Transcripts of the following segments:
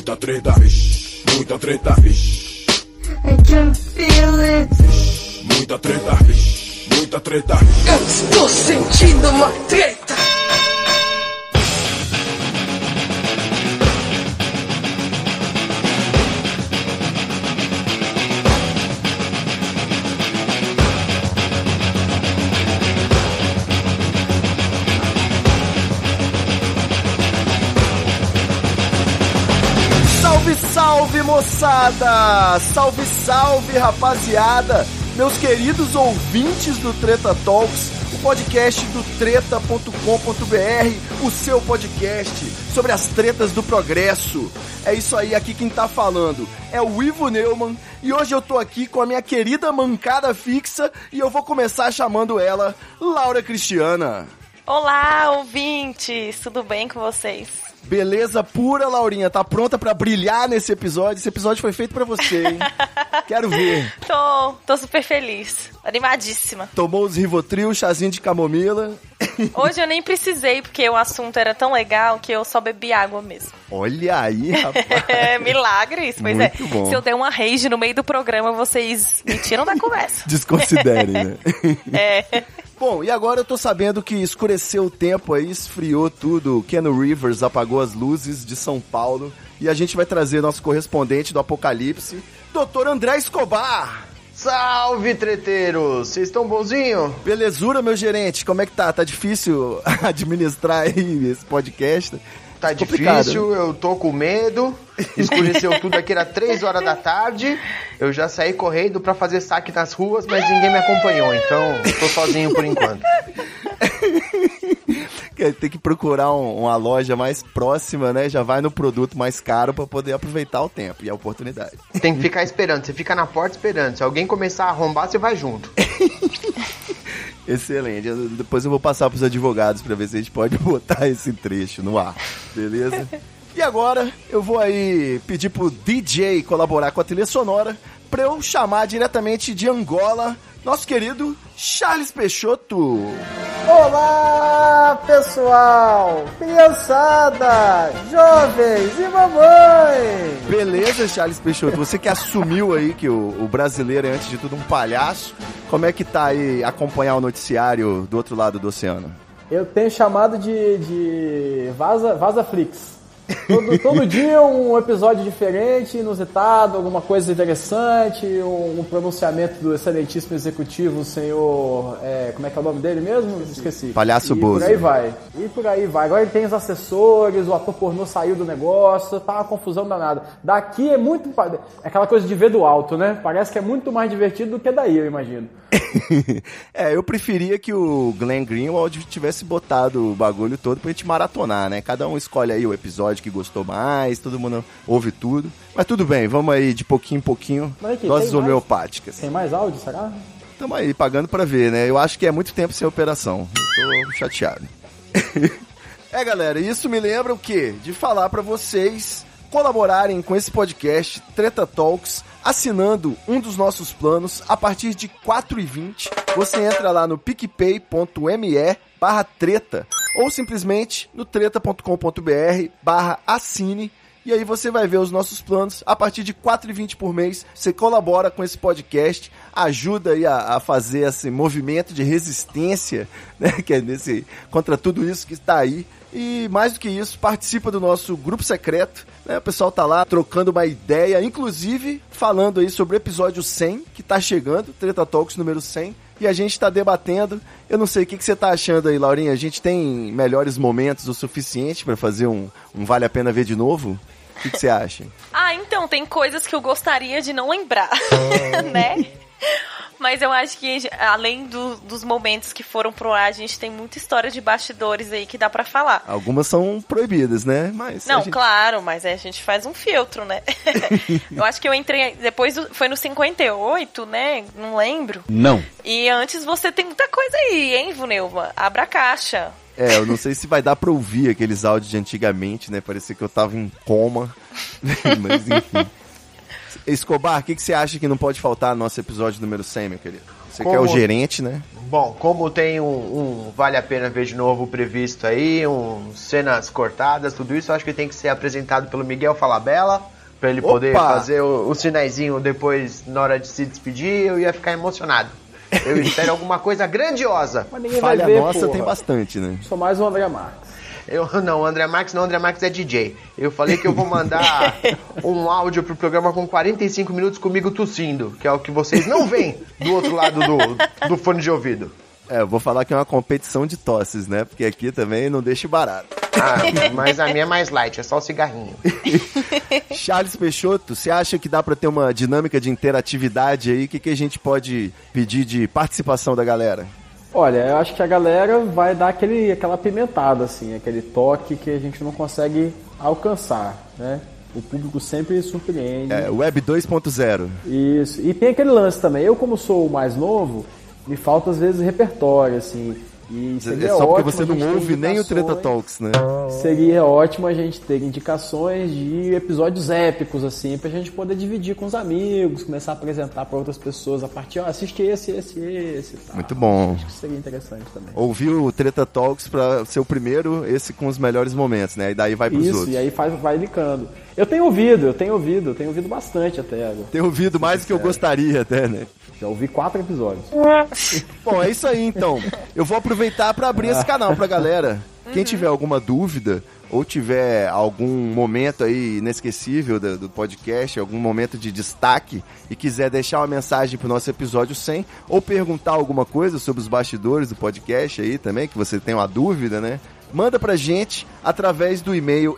Muita treta, vixe, muita treta, vixe. I can feel it. Muita treta, vixe, muita treta. Eu estou sentindo uma treta. Salve moçada! Salve, salve rapaziada! Meus queridos ouvintes do Treta Talks, o podcast do treta.com.br, o seu podcast sobre as tretas do progresso. É isso aí, aqui quem tá falando é o Ivo Neumann e hoje eu tô aqui com a minha querida mancada fixa e eu vou começar chamando ela Laura Cristiana. Olá, ouvintes! Tudo bem com vocês? Beleza pura, Laurinha. Tá pronta pra brilhar nesse episódio? Esse episódio foi feito pra você, hein? Quero ver. Tô super feliz. Animadíssima. Tomou os Rivotril, chazinho de camomila. Hoje eu nem precisei, porque o assunto era tão legal que eu só bebi água mesmo. Olha aí, rapaz. É, milagre isso, pois muito é. Bom. Se eu der uma rage no meio do programa, vocês me tiram da conversa. Desconsiderem, né? É. Bom, e agora eu tô sabendo que escureceu o tempo aí, esfriou tudo, Keanu Rivers apagou as luzes de São Paulo e a gente vai trazer nosso correspondente do Apocalipse, Dr. André Escobar. Salve, treteiros! Vocês estão bonzinho? Belezura, meu gerente, como é que tá? Tá difícil administrar aí esse podcast? Tá difícil, né? Eu tô com medo. Escureceu tudo aqui, era 3 horas da tarde. Eu já saí correndo pra fazer saque nas ruas, mas ninguém me acompanhou, então tô sozinho por enquanto. Tem que procurar uma loja mais próxima, né? Já vai no produto mais caro pra poder aproveitar o tempo e a oportunidade. Tem que ficar esperando, você fica na porta esperando. Se alguém começar a arrombar, você vai junto. Excelente. Depois eu vou passar pros advogados pra ver se a gente pode botar esse trecho no ar, beleza? E agora eu vou aí pedir pro DJ colaborar com a trilha sonora pra eu chamar diretamente de Angola nosso querido Charles Peixoto. Olá, pessoal, criançada, jovens e mamãe. Beleza, Charles Peixoto, você que assumiu aí que o brasileiro é antes de tudo um palhaço, como é que tá aí acompanhar o noticiário do outro lado do oceano? Eu tenho chamado de Vazaflix. Todo dia um episódio diferente, inusitado, alguma coisa interessante, um pronunciamento do excelentíssimo executivo, o senhor... como é que é o nome dele mesmo? Esqueci. Palhaço Bozo. E por aí vai. Agora ele tem os assessores, o ator pornô saiu do negócio, tá uma confusão danada. Daqui é muito... É aquela coisa de ver do alto, né? Parece que é muito mais divertido do que daí, eu imagino. Eu preferia que o Glenn Greenwald tivesse botado o bagulho todo pra gente maratonar, né? Cada um escolhe aí o episódio que gostou mais, todo mundo ouve tudo. Mas tudo bem, vamos aí de pouquinho em pouquinho, doses homeopáticas. Tem mais áudio, será? Tamo aí pagando pra ver, né? Eu acho que é muito tempo sem operação. Eu tô chateado. Galera, isso me lembra o quê? De falar pra vocês colaborarem com esse podcast Treta Talks, assinando um dos nossos planos a partir de R$4,20. Você entra lá no picpay.me/treta ou simplesmente no treta.com.br/assine. E aí você vai ver os nossos planos. A partir de R$4,20 por mês, você colabora com esse podcast, ajuda aí a fazer esse movimento de resistência, né, que é contra tudo isso que está aí. E mais do que isso, participa do nosso grupo secreto, né? O pessoal tá lá trocando uma ideia, inclusive falando aí sobre o episódio 100, que tá chegando, Treta Talks número 100, e a gente tá debatendo. Eu não sei, o que você tá achando aí, Laurinha? A gente tem melhores momentos o suficiente pra fazer um Vale a Pena Ver de novo? O que você acha? Então, tem coisas que eu gostaria de não lembrar, né? Mas eu acho que, além dos momentos que foram pro ar, a gente tem muita história de bastidores aí que dá pra falar. Algumas são proibidas, né? Mas não, claro, mas a gente faz um filtro, né? Eu acho que eu entrei... Depois foi no 58, né? Não lembro. Não. E antes você tem muita coisa aí, hein, Vuneuva? Abra a caixa. Eu não sei se vai dar pra ouvir aqueles áudios de antigamente, né? Parecia que eu tava em coma. Mas enfim. Escobar, o que você acha que não pode faltar no nosso episódio número 100, meu querido? Você que é o gerente, né? Bom, como tem um Vale a Pena Ver de Novo previsto aí, cenas cortadas, tudo isso, acho que tem que ser apresentado pelo Miguel Falabella, pra ele poder fazer o sinaizinho depois, na hora de se despedir, eu ia ficar emocionado. Eu espero alguma coisa grandiosa. Mas ninguém Falha vai ver, nossa porra. tem bastante, né? Sou mais o André Marques. Não, André Marques é DJ. Eu falei que eu vou mandar um áudio pro programa com 45 minutos comigo tossindo, que é o que vocês não veem do outro lado do fone de ouvido. Eu vou falar que é uma competição de tosses, né? Porque aqui também não deixa barato. Mas a minha é mais light, é só o cigarrinho. Charles Peixoto, você acha que dá pra ter uma dinâmica de interatividade aí? O que a gente pode pedir de participação da galera? Olha, eu acho que a galera vai dar aquela pimentada, assim, aquele toque que a gente não consegue alcançar, né? O público sempre surpreende. Web 2.0. Isso. E tem aquele lance também. Eu, como sou o mais novo, me falta às vezes repertório, assim. E seria só porque ótimo você não ouve nem o Treta Talks, né? Seria ótimo a gente ter indicações de episódios épicos, assim, pra gente poder dividir com os amigos, começar a apresentar pra outras pessoas a partir, assiste esse e tal. Muito bom. Acho que seria interessante também. Ouvir o Treta Talks pra ser o primeiro, esse com os melhores momentos, né? E daí vai pros outros. Isso, e aí vai licando. Eu tenho ouvido bastante até agora. Tenho ouvido mais do que eu gostaria até, né? Já ouvi 4 episódios. Bom, é isso aí então. Eu vou aproveitar para abrir esse canal pra galera. Quem tiver alguma dúvida ou tiver algum momento aí inesquecível do podcast, algum momento de destaque e quiser deixar uma mensagem pro nosso episódio 100 ou perguntar alguma coisa sobre os bastidores do podcast aí também, que você tem uma dúvida, né? Manda pra gente através do e-mail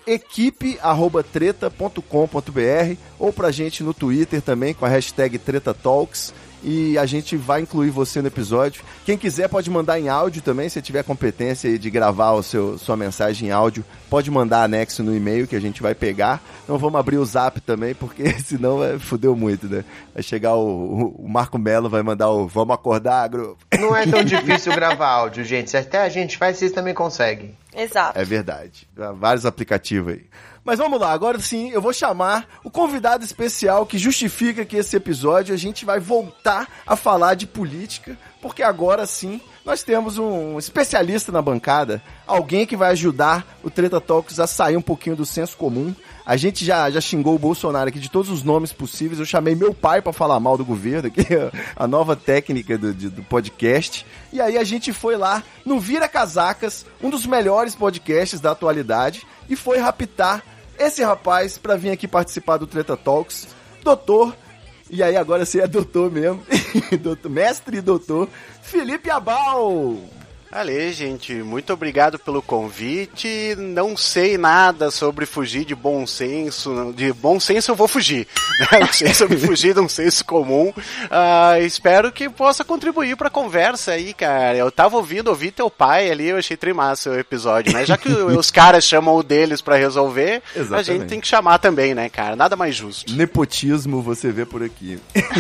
equipe@treta.com.br ou pra gente no Twitter também com a hashtag TretaTalks. E a gente vai incluir você no episódio. Quem quiser pode mandar em áudio também, se tiver competência aí de gravar sua mensagem em áudio, pode mandar anexo no e-mail que a gente vai pegar. Não vamos abrir o zap também, porque senão fudeu muito, né? Vai chegar o Marco Melo, vai mandar o vamos acordar, grupo. Não é tão difícil gravar áudio, gente. Se até a gente faz, vocês também conseguem. Exato. É verdade. Vários aplicativos aí. Mas vamos lá, agora sim, eu vou chamar o convidado especial que justifica que esse episódio a gente vai voltar a falar de política, porque agora sim nós temos um especialista na bancada, alguém que vai ajudar o Treta Talks a sair um pouquinho do senso comum. A gente já xingou o Bolsonaro aqui de todos os nomes possíveis, eu chamei meu pai pra falar mal do governo, aqui a nova técnica do podcast. E aí a gente foi lá no Vira Casacas, um dos melhores podcasts da atualidade, e foi raptar esse rapaz pra vir aqui participar do Treta Talks, doutor, e aí agora você é doutor mesmo, mestre e doutor, Felipe Abal. Ale, gente, muito obrigado pelo convite. Não sei nada sobre fugir de bom senso. De bom senso eu vou fugir, né? Não sei sobre fugir de um senso comum. Espero que possa contribuir para a conversa aí, cara. Eu tava ouvi teu pai ali, eu achei trimassa o episódio, né? Já que os caras chamam o deles para resolver, exatamente, a gente tem que chamar também, né, cara? Nada mais justo. Nepotismo você vê por aqui.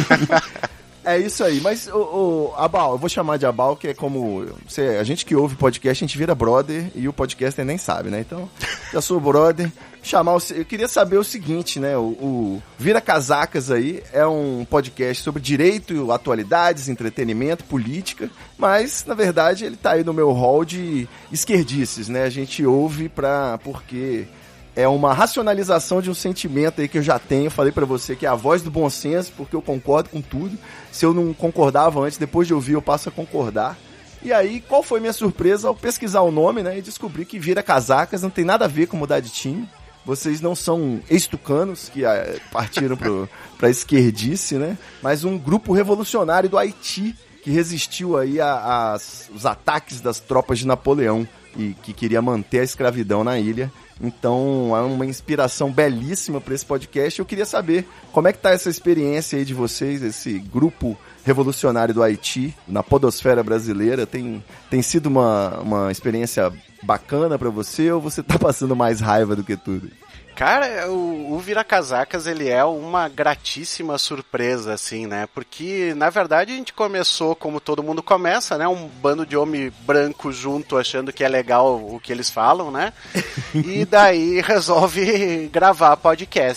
É isso aí, mas o Abal, eu vou chamar de Abal, que é como a gente que ouve podcast, a gente vira brother e o podcaster nem sabe, né? Então, já sou brother. Eu queria saber o seguinte, né? O Vira Casacas aí é um podcast sobre direito, atualidades, entretenimento, política, mas, na verdade, ele tá aí no meu hall de esquerdices, né? A gente ouve porque é uma racionalização de um sentimento aí que eu já tenho. Eu falei pra você que é a voz do bom senso, porque eu concordo com tudo. Se eu não concordava antes, depois de ouvir eu passo a concordar. E aí, qual foi minha surpresa ao pesquisar o nome, né? E descobri que Vira Casacas não tem nada a ver com mudar de time. Vocês não são ex-tucanos que partiram pra esquerdice, né? Mas um grupo revolucionário do Haiti que resistiu aí aos ataques das tropas de Napoleão e que queria manter a escravidão na ilha. Então é uma inspiração belíssima para esse podcast. Eu queria saber como é que tá essa experiência aí de vocês, esse grupo revolucionário do Haiti na podosfera brasileira. Tem sido uma experiência bacana para você ou você tá passando mais raiva do que tudo? Cara, o Vira Casacas, ele é uma gratíssima surpresa, assim, né? Porque, na verdade, a gente começou como todo mundo começa, né? Um bando de homem branco junto, achando que é legal o que eles falam, né? E daí resolve gravar podcast.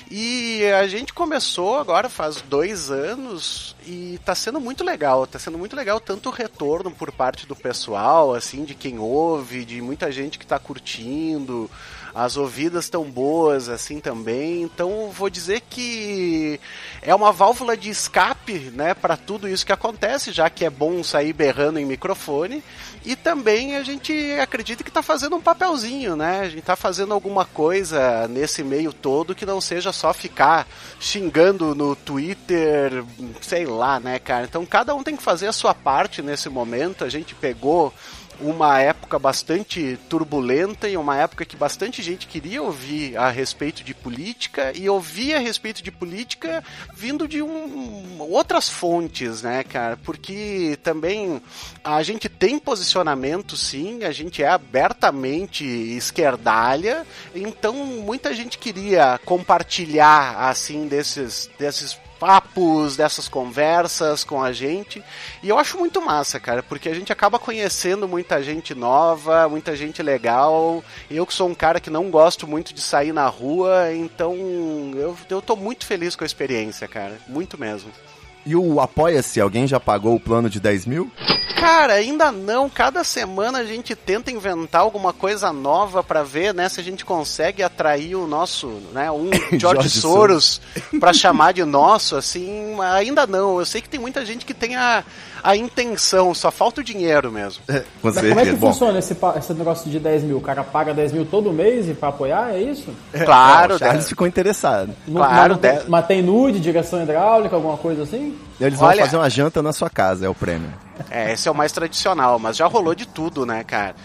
E a gente começou agora faz 2 anos e tá sendo muito legal. Tá sendo muito legal tanto o retorno por parte do pessoal, assim, de quem ouve, de muita gente que tá curtindo. As ouvidas estão boas, assim, também. Então, vou dizer que é uma válvula de escape, né, para tudo isso que acontece, já que é bom sair berrando em microfone. E também a gente acredita que está fazendo um papelzinho, né? A gente está fazendo alguma coisa nesse meio todo que não seja só ficar xingando no Twitter, sei lá, né, cara? Então, cada um tem que fazer a sua parte nesse momento. A gente pegou uma época bastante turbulenta e uma época que bastante gente queria ouvir a respeito de política e ouvir a respeito de política vindo de outras fontes, né, cara? Porque também a gente tem posicionamento, sim, a gente é abertamente esquerdalha, então muita gente queria compartilhar, assim, desses papos, dessas conversas com a gente, e eu acho muito massa, cara, porque a gente acaba conhecendo muita gente nova, muita gente legal. Eu que sou um cara que não gosto muito de sair na rua, então eu tô muito feliz com a experiência, cara, muito mesmo. E o Apoia-se, alguém já pagou o plano de 10 mil? Cara, ainda não. Cada semana a gente tenta inventar alguma coisa nova pra ver, né, se a gente consegue atrair o nosso, né, George Soros pra chamar de nosso, assim. Ainda não. Eu sei que tem muita gente que tem a intenção, só falta o dinheiro mesmo. Com certeza. Mas como é que funciona esse negócio de 10 mil? O cara paga 10 mil todo mês pra apoiar, é isso? Claro. O Charles ficou interessado. Claro. Mas tem nude, direção hidráulica, alguma coisa assim? Eles vão fazer uma janta na sua casa, é o prêmio. Esse é o mais tradicional, mas já rolou de tudo, né, cara?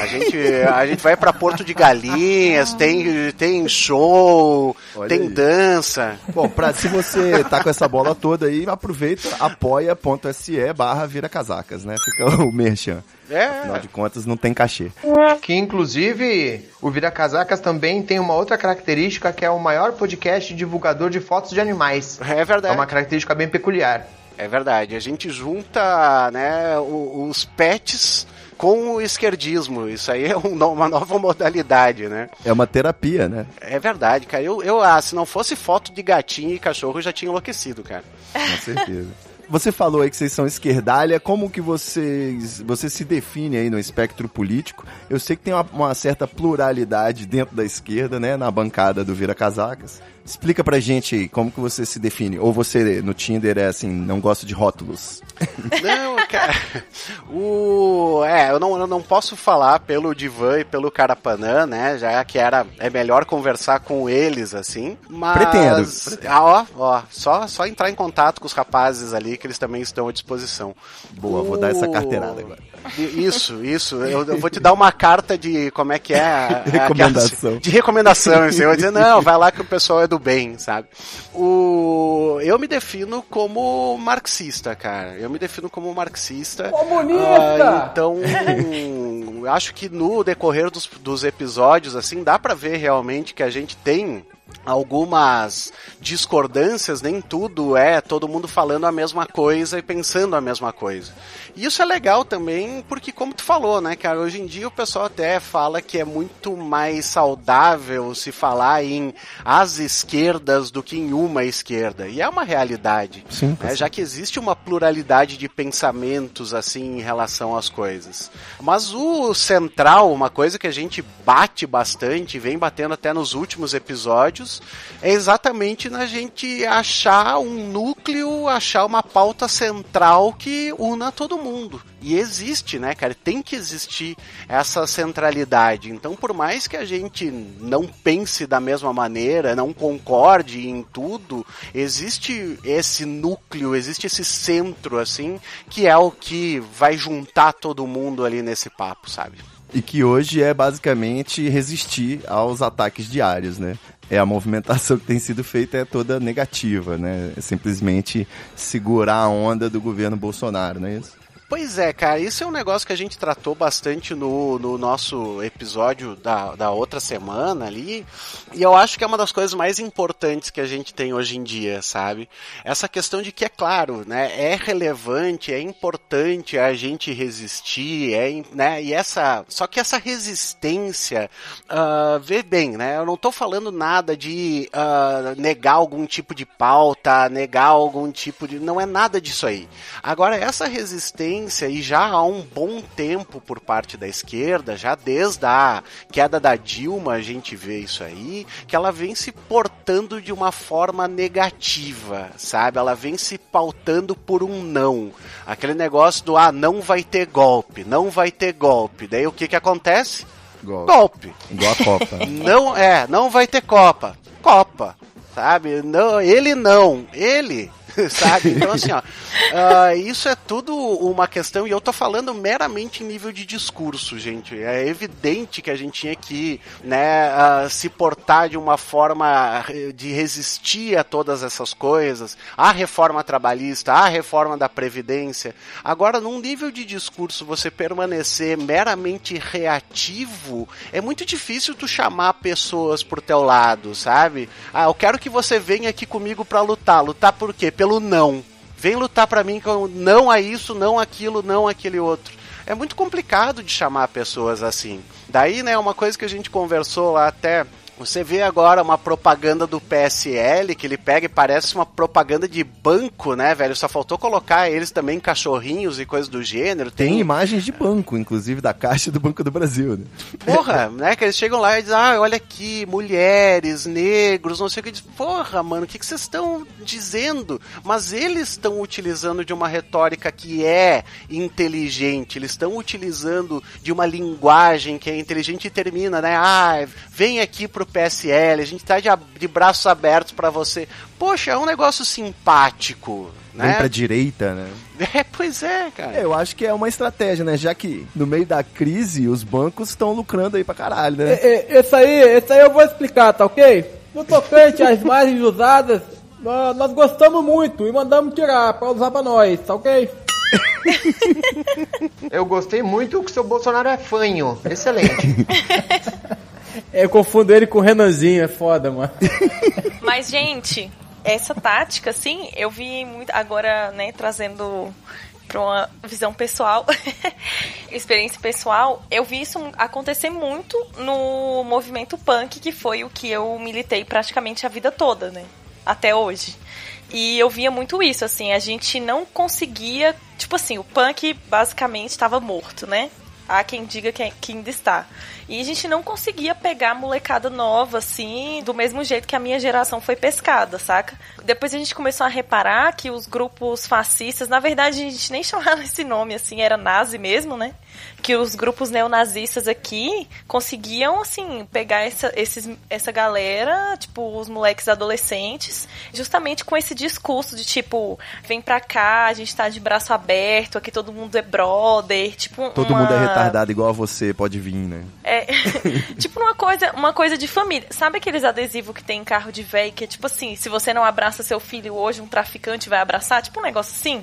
A gente vai pra Porto de Galinhas, tem show, tem dança. Bom, se você tá com essa bola toda aí, aproveita, apoia.se/viracasacas, né? Fica o merchan. Afinal de contas, não tem cachê. Que, inclusive, o Viracasacas também tem uma outra característica, que é o maior podcast divulgador de fotos de animais. É verdade. É uma característica bem peculiar. É verdade. A gente junta, né, os pets com o esquerdismo. Isso aí é uma nova modalidade, né? É uma terapia, né? É verdade, cara. Se não fosse foto de gatinho e cachorro, eu já tinha enlouquecido, cara. Com certeza. Você falou aí que vocês são esquerdalha, como que você se define aí no espectro político? Eu sei que tem uma certa pluralidade dentro da esquerda, né, na bancada do Viracasacas. Explica pra gente aí, como que você se define? Ou você, no Tinder, é assim, não gosta de rótulos? Não, cara, eu não posso falar pelo Divan e pelo Carapanã, né, já que é melhor conversar com eles, assim, mas... Pretendo. Só entrar em contato com os rapazes ali, que eles também estão à disposição. Boa, vou dar essa carteirada agora. Isso, eu vou te dar uma carta de, como é que é? Recomendação. De recomendação, assim, eu vou dizer, não, vai lá que o pessoal é do bem, sabe? Eu me defino como marxista, cara. Eu me defino como marxista. Comunista! Então, acho que no decorrer dos episódios, assim, dá pra ver realmente que a gente tem algumas discordâncias, nem tudo é todo mundo falando a mesma coisa e pensando a mesma coisa. E isso é legal também, porque como tu falou, né, cara, hoje em dia o pessoal até fala que é muito mais saudável se falar em as esquerdas do que em uma esquerda. E é uma realidade, sim, né, já que existe uma pluralidade de pensamentos, assim, em relação às coisas. Mas o central, uma coisa que a gente bate bastante, vem batendo até nos últimos episódios, é exatamente na gente achar um núcleo, achar uma pauta central que una todo mundo. E existe, né, cara? Tem que existir essa centralidade. Então, por mais que a gente não pense da mesma maneira, não concorde em tudo, existe esse núcleo, existe esse centro, assim, que é o que vai juntar todo mundo ali nesse papo, sabe? E que hoje é basicamente resistir aos ataques diários, né? A movimentação que tem sido feita é toda negativa, né? É simplesmente segurar a onda do governo Bolsonaro, não é isso? Pois é, cara, isso é um negócio que a gente tratou bastante no nosso episódio da outra semana ali, e eu acho que é uma das coisas mais importantes que a gente tem hoje em dia, sabe? Essa questão de que, é claro, né, é relevante, é importante a gente resistir, né, só que essa resistência, vê bem, né, eu não tô falando nada de negar algum tipo de pauta, negar algum tipo de... não é nada disso aí. Agora, essa resistência, e já há um bom tempo por parte da esquerda, já desde a queda da Dilma a gente vê isso aí, que ela vem se portando de uma forma negativa, sabe? Ela vem se pautando por um não. Aquele negócio do, não vai ter golpe, não vai ter golpe. Daí o que acontece? Golpe. Igual a Copa. Não vai ter Copa. Copa, sabe? Não, ele, sabe? Então, assim, isso é tudo uma questão, e eu tô falando meramente em nível de discurso, gente. É evidente que a gente tinha que, né, se portar de uma forma de resistir a todas essas coisas, a reforma trabalhista, a reforma da Previdência. Agora, num nível de discurso, você permanecer meramente reativo, é muito difícil tu chamar pessoas pro teu lado, sabe? Eu quero que você venha aqui comigo pra lutar. Lutar por quê? Pelo não. Vem lutar pra mim com não a isso, não aquilo, não aquele outro. É muito complicado de chamar pessoas assim. Daí, né, uma coisa que a gente conversou lá até... Você vê agora uma propaganda do PSL, que ele pega e parece uma propaganda de banco, né, velho? Só faltou colocar eles também cachorrinhos e coisas do gênero. Tem imagens de banco, inclusive da Caixa do Banco do Brasil, né? Porra, né, que eles chegam lá e dizem, olha aqui, mulheres, negros, não sei o que. Porra, mano, o que vocês estão dizendo? Mas eles estão utilizando de uma retórica que é inteligente, eles estão utilizando de uma linguagem que é inteligente e termina, né? Vem aqui pro PSL, a gente tá de braços abertos pra você. Poxa, é um negócio simpático, né? Vem pra direita, né? Pois é, cara. Eu acho que é uma estratégia, né? Já que no meio da crise os bancos estão lucrando aí pra caralho, né? Esse aí eu vou explicar, tá ok? No tocante às imagens usadas, nós gostamos muito e mandamos tirar pra usar pra nós, tá ok? Eu gostei muito que o seu Bolsonaro é fanho. Excelente. Eu confundo ele com o Renanzinho, é foda, mano. Mas, gente, essa tática, assim, eu vi muito agora, né, trazendo para uma visão pessoal, experiência pessoal, eu vi isso acontecer muito no movimento punk, que foi o que eu militei praticamente a vida toda, né, até hoje. E eu via muito isso, assim, a gente não conseguia, tipo assim, o punk basicamente estava morto, né? Há quem diga que ainda está. E a gente não conseguia pegar a molecada nova, assim, do mesmo jeito que a minha geração foi pescada, saca? Depois a gente começou a reparar que os grupos fascistas, na verdade a gente nem chamava esse nome, assim, era nazi mesmo, né? Que os grupos neonazistas aqui conseguiam, assim, pegar essa galera, tipo, os moleques adolescentes, justamente com esse discurso de, tipo, vem pra cá, a gente tá de braço aberto, aqui todo mundo é brother, tipo... Todo mundo é retardado igual a você, pode vir, né? Tipo uma coisa de família. Sabe aqueles adesivos que tem em carro de véio, que é tipo assim, se você não abraça seu filho hoje, um traficante vai abraçar? Tipo um negócio assim...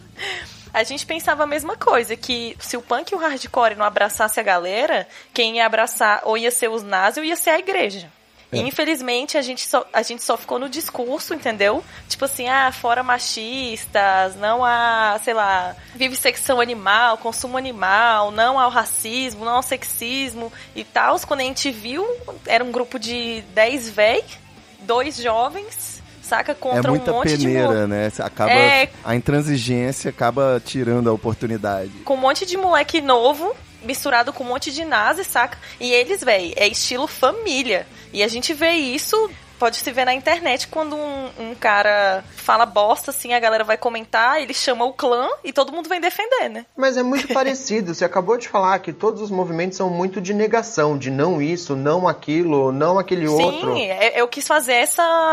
A gente pensava a mesma coisa, que se o punk e o hardcore não abraçasse a galera, quem ia abraçar ou ia ser os nazis ou ia ser a igreja. E infelizmente a gente só ficou no discurso, entendeu? Tipo assim, fora machistas, não há, sei lá, vivissecção animal, consumo animal, não ao racismo, não ao sexismo e tal. Quando a gente viu, era um grupo de 10 véi, 2 jovens, saca? Contra muita um monte peneira, né? A intransigência acaba tirando a oportunidade. Com um monte de moleque novo, misturado com um monte de nazi, saca? E eles, véi, é estilo família. E a gente vê isso, pode se ver na internet, quando um cara fala bosta, assim, a galera vai comentar, ele chama o clã e todo mundo vem defender, né? Mas é muito parecido. Você acabou de falar que todos os movimentos são muito de negação, de não isso, não aquilo, não aquele outro. Sim, eu quis fazer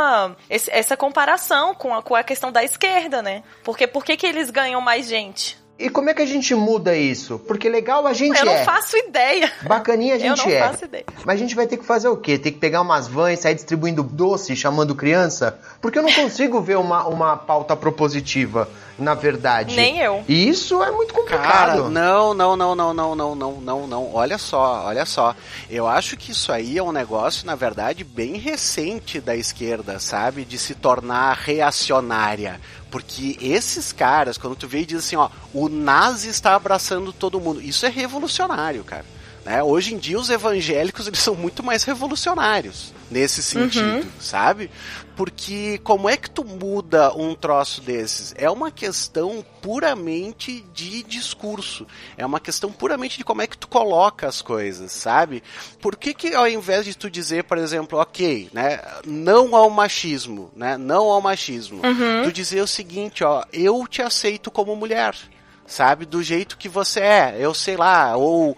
essa comparação com a questão da esquerda, né? Porque por que eles ganham mais gente? E como é que a gente muda isso? Porque legal a gente Eu não faço ideia. Bacaninha a gente Eu não faço ideia. Mas a gente vai ter que fazer o quê? Ter que pegar umas vans e sair distribuindo doce, chamando criança? Porque eu não consigo ver uma pauta propositiva, na verdade. Nem eu. E isso é muito complicado. Cara, não. Olha só. Eu acho que isso aí é um negócio, na verdade, bem recente da esquerda, sabe? De se tornar reacionária. Porque esses caras, quando tu vê e diz assim, ó, o nazi está abraçando todo mundo, isso é revolucionário, cara. Né? Hoje em dia os evangélicos, eles são muito mais revolucionários nesse sentido, sabe? Porque como é que tu muda um troço desses? É uma questão puramente de discurso. É uma questão puramente de como é que tu coloca as coisas, sabe? Por que ao invés de tu dizer, por exemplo, ok, né, não ao machismo, né, não ao machismo, tu dizer o seguinte, ó, eu te aceito como mulher. Sabe, do jeito que você é, eu sei lá, ou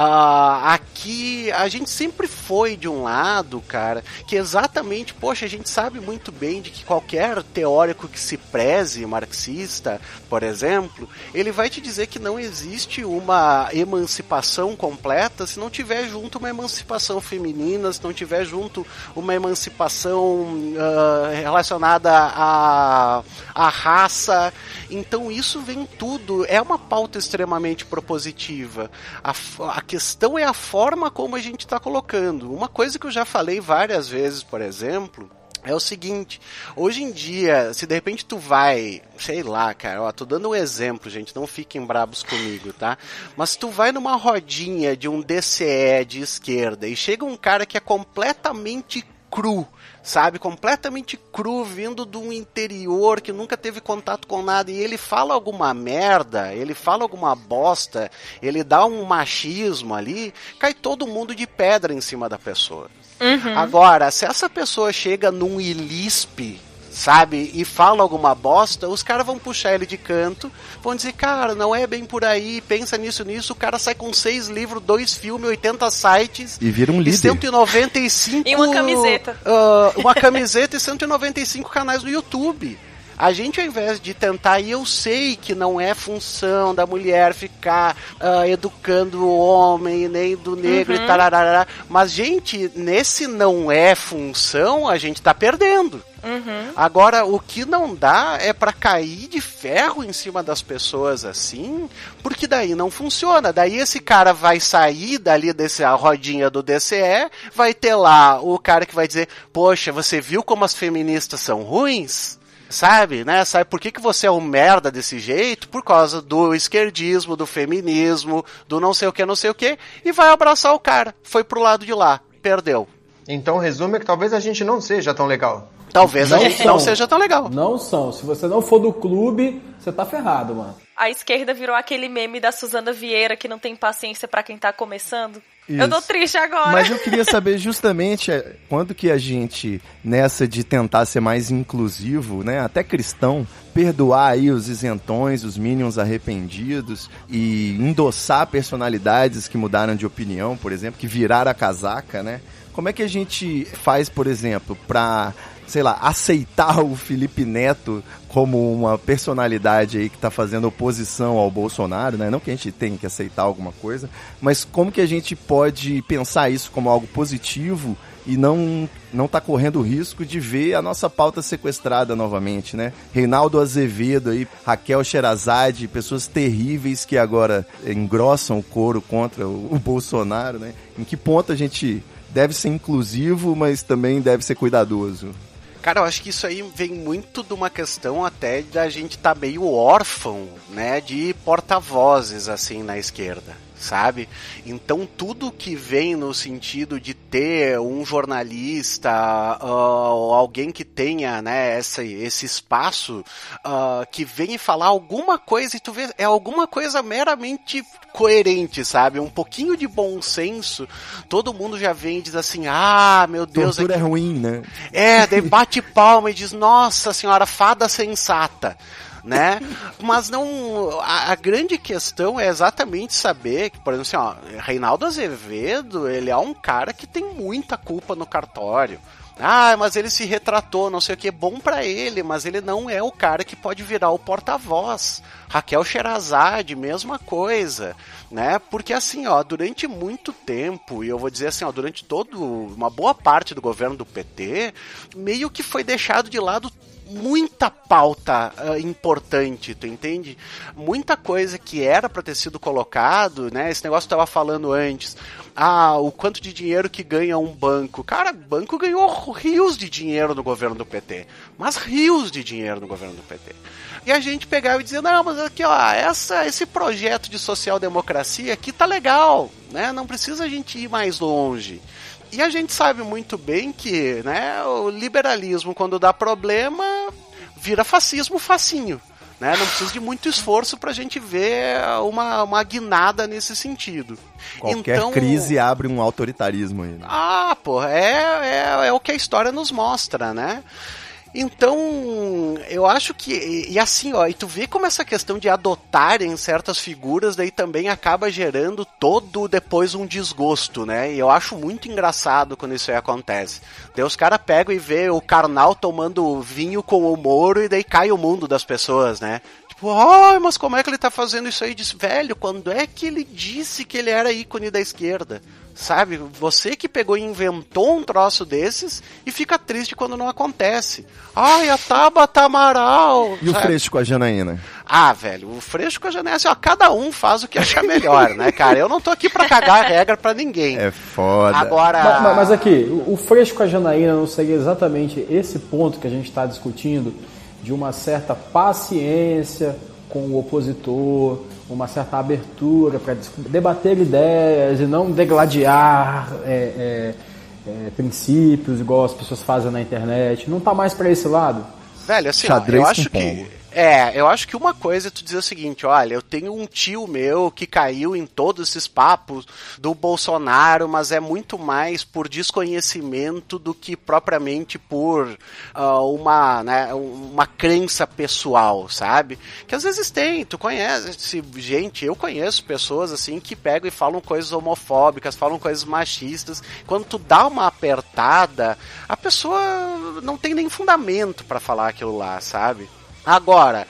aqui a gente sempre foi de um lado, cara, que exatamente, poxa, a gente sabe muito bem de que qualquer teórico que se preze marxista, por exemplo, ele vai te dizer que não existe uma emancipação completa se não tiver junto uma emancipação feminina, se não tiver junto uma emancipação relacionada à raça. Então isso vem tudo, é uma pauta extremamente propositiva. A questão é a forma como a gente está colocando. Uma coisa que eu já falei várias vezes, por exemplo, é o seguinte, hoje em dia, se de repente tu vai, sei lá, cara, ó, tô dando um exemplo, gente, não fiquem brabos comigo, tá? Mas tu vai numa rodinha de um DCE de esquerda e chega um cara que é completamente cru, sabe, completamente cru, vindo do interior, que nunca teve contato com nada, e ele fala alguma merda, ele fala alguma bosta, ele dá um machismo ali, cai todo mundo de pedra em cima da pessoa. Agora, se essa pessoa chega num ilispe, sabe, e fala alguma bosta, os caras vão puxar ele de canto, vão dizer, cara, não é bem por aí, pensa nisso, o cara sai com 6 livros, 2 filmes, 80 sites, e vira um líder. E 195... E uma camiseta. Uma camiseta e 195 canais no YouTube. A gente, ao invés de tentar, e eu sei que não é função da mulher ficar educando o homem, nem do negro e tararara, mas, gente, nesse não é função, a gente tá perdendo. Agora, o que não dá é pra cair de ferro em cima das pessoas assim, porque daí não funciona. Daí esse cara vai sair dali dessa rodinha do DCE, vai ter lá o cara que vai dizer, poxa, você viu como as feministas são ruins? Sabe, né? Sabe por que você é um merda desse jeito? Por causa do esquerdismo, do feminismo, do não sei o que, e vai abraçar o cara. Foi pro lado de lá, perdeu. Então o resumo é que talvez a gente não seja tão legal. Talvez a gente não seja tão legal. Não são. Se você não for do clube, você tá ferrado, mano. A esquerda virou aquele meme da Suzana Vieira que não tem paciência pra quem tá começando. Isso. Eu tô triste agora. Mas eu queria saber justamente quando que a gente, nessa de tentar ser mais inclusivo, né, até cristão, perdoar aí os isentões, os minions arrependidos e endossar personalidades que mudaram de opinião, por exemplo, que viraram a casaca, né? Como é que a gente faz, por exemplo, pra, sei lá, aceitar o Felipe Neto como uma personalidade aí que tá fazendo oposição ao Bolsonaro, né? Não que a gente tenha que aceitar alguma coisa, mas como que a gente pode pensar isso como algo positivo e não tá correndo o risco de ver a nossa pauta sequestrada novamente, né? Reinaldo Azevedo aí, Raquel Sherazade, pessoas terríveis que agora engrossam o coro contra o Bolsonaro, né? Em que ponto a gente deve ser inclusivo, mas também deve ser cuidadoso? Cara, eu acho que isso aí vem muito de uma questão até da gente tá meio órfão, né, de porta-vozes, assim, na esquerda, sabe? Então tudo que vem no sentido de ter um jornalista, alguém que tenha, né, esse espaço, que vem falar alguma coisa, e tu vê, é alguma coisa meramente coerente, sabe? Um pouquinho de bom senso, todo mundo já vem e diz assim, meu Deus... Tortura é ruim, né? Daí bate palma e diz, nossa senhora, fada sensata, né? Mas não... A grande questão é exatamente saber que, por exemplo, assim, Reinaldo Azevedo, ele é um cara que tem muita culpa no cartório, Mas ele se retratou, não sei o que, bom pra ele, mas ele não é o cara que pode virar o porta-voz. Raquel Sherazade, mesma coisa, né? Porque assim, durante muito tempo, e eu vou dizer assim, durante uma boa parte do governo do PT, meio que foi deixado de lado muita pauta importante, tu entende? Muita coisa que era pra ter sido colocado, né? Esse negócio que eu tava falando antes. O quanto de dinheiro que ganha um banco. Cara, o banco ganhou rios de dinheiro no governo do PT. Mas rios de dinheiro no governo do PT. E a gente pegava e dizia, não, mas aqui, esse projeto de social-democracia aqui tá legal, né? Não precisa a gente ir mais longe. E a gente sabe muito bem que, né, o liberalismo, quando dá problema, vira fascismo facinho. Né? Não precisa de muito esforço pra gente ver uma guinada nesse sentido. Qualquer crise abre um autoritarismo aí. Né? É o que a história nos mostra, né? Então, eu acho que, e assim, e tu vê como essa questão de adotarem certas figuras daí também acaba gerando depois um desgosto, né? E eu acho muito engraçado quando isso aí acontece. Daí os caras pegam e vê o Karnal tomando vinho com o Moro e daí cai o mundo das pessoas, né? Tipo, mas como é que ele tá fazendo isso aí? Diz, velho, quando é que ele disse que ele era ícone da esquerda? Sabe, você que pegou e inventou um troço desses e fica triste quando não acontece. A Tabata Amaral. E sabe? O Freixo com a Janaína? Velho, o Freixo com a Janaína, assim, cada um faz o que acha melhor, né, cara? Eu não tô aqui pra cagar a regra pra ninguém. É foda. Agora... Mas aqui, o Freixo com a Janaína não seria exatamente esse ponto que a gente tá discutindo, de uma certa paciência com o opositor, uma certa abertura para debater ideias e não degladiar princípios igual as pessoas fazem na internet. Não tá mais para esse lado? Velho, assim, eu acho que uma coisa é tu dizer o seguinte, olha, eu tenho um tio meu que caiu em todos esses papos do Bolsonaro, mas é muito mais por desconhecimento do que propriamente por uma crença pessoal, sabe? Que às vezes tu conhece gente, eu conheço pessoas assim que pegam e falam coisas homofóbicas, falam coisas machistas, quando tu dá uma apertada, a pessoa não tem nem fundamento pra falar aquilo lá, sabe? Agora,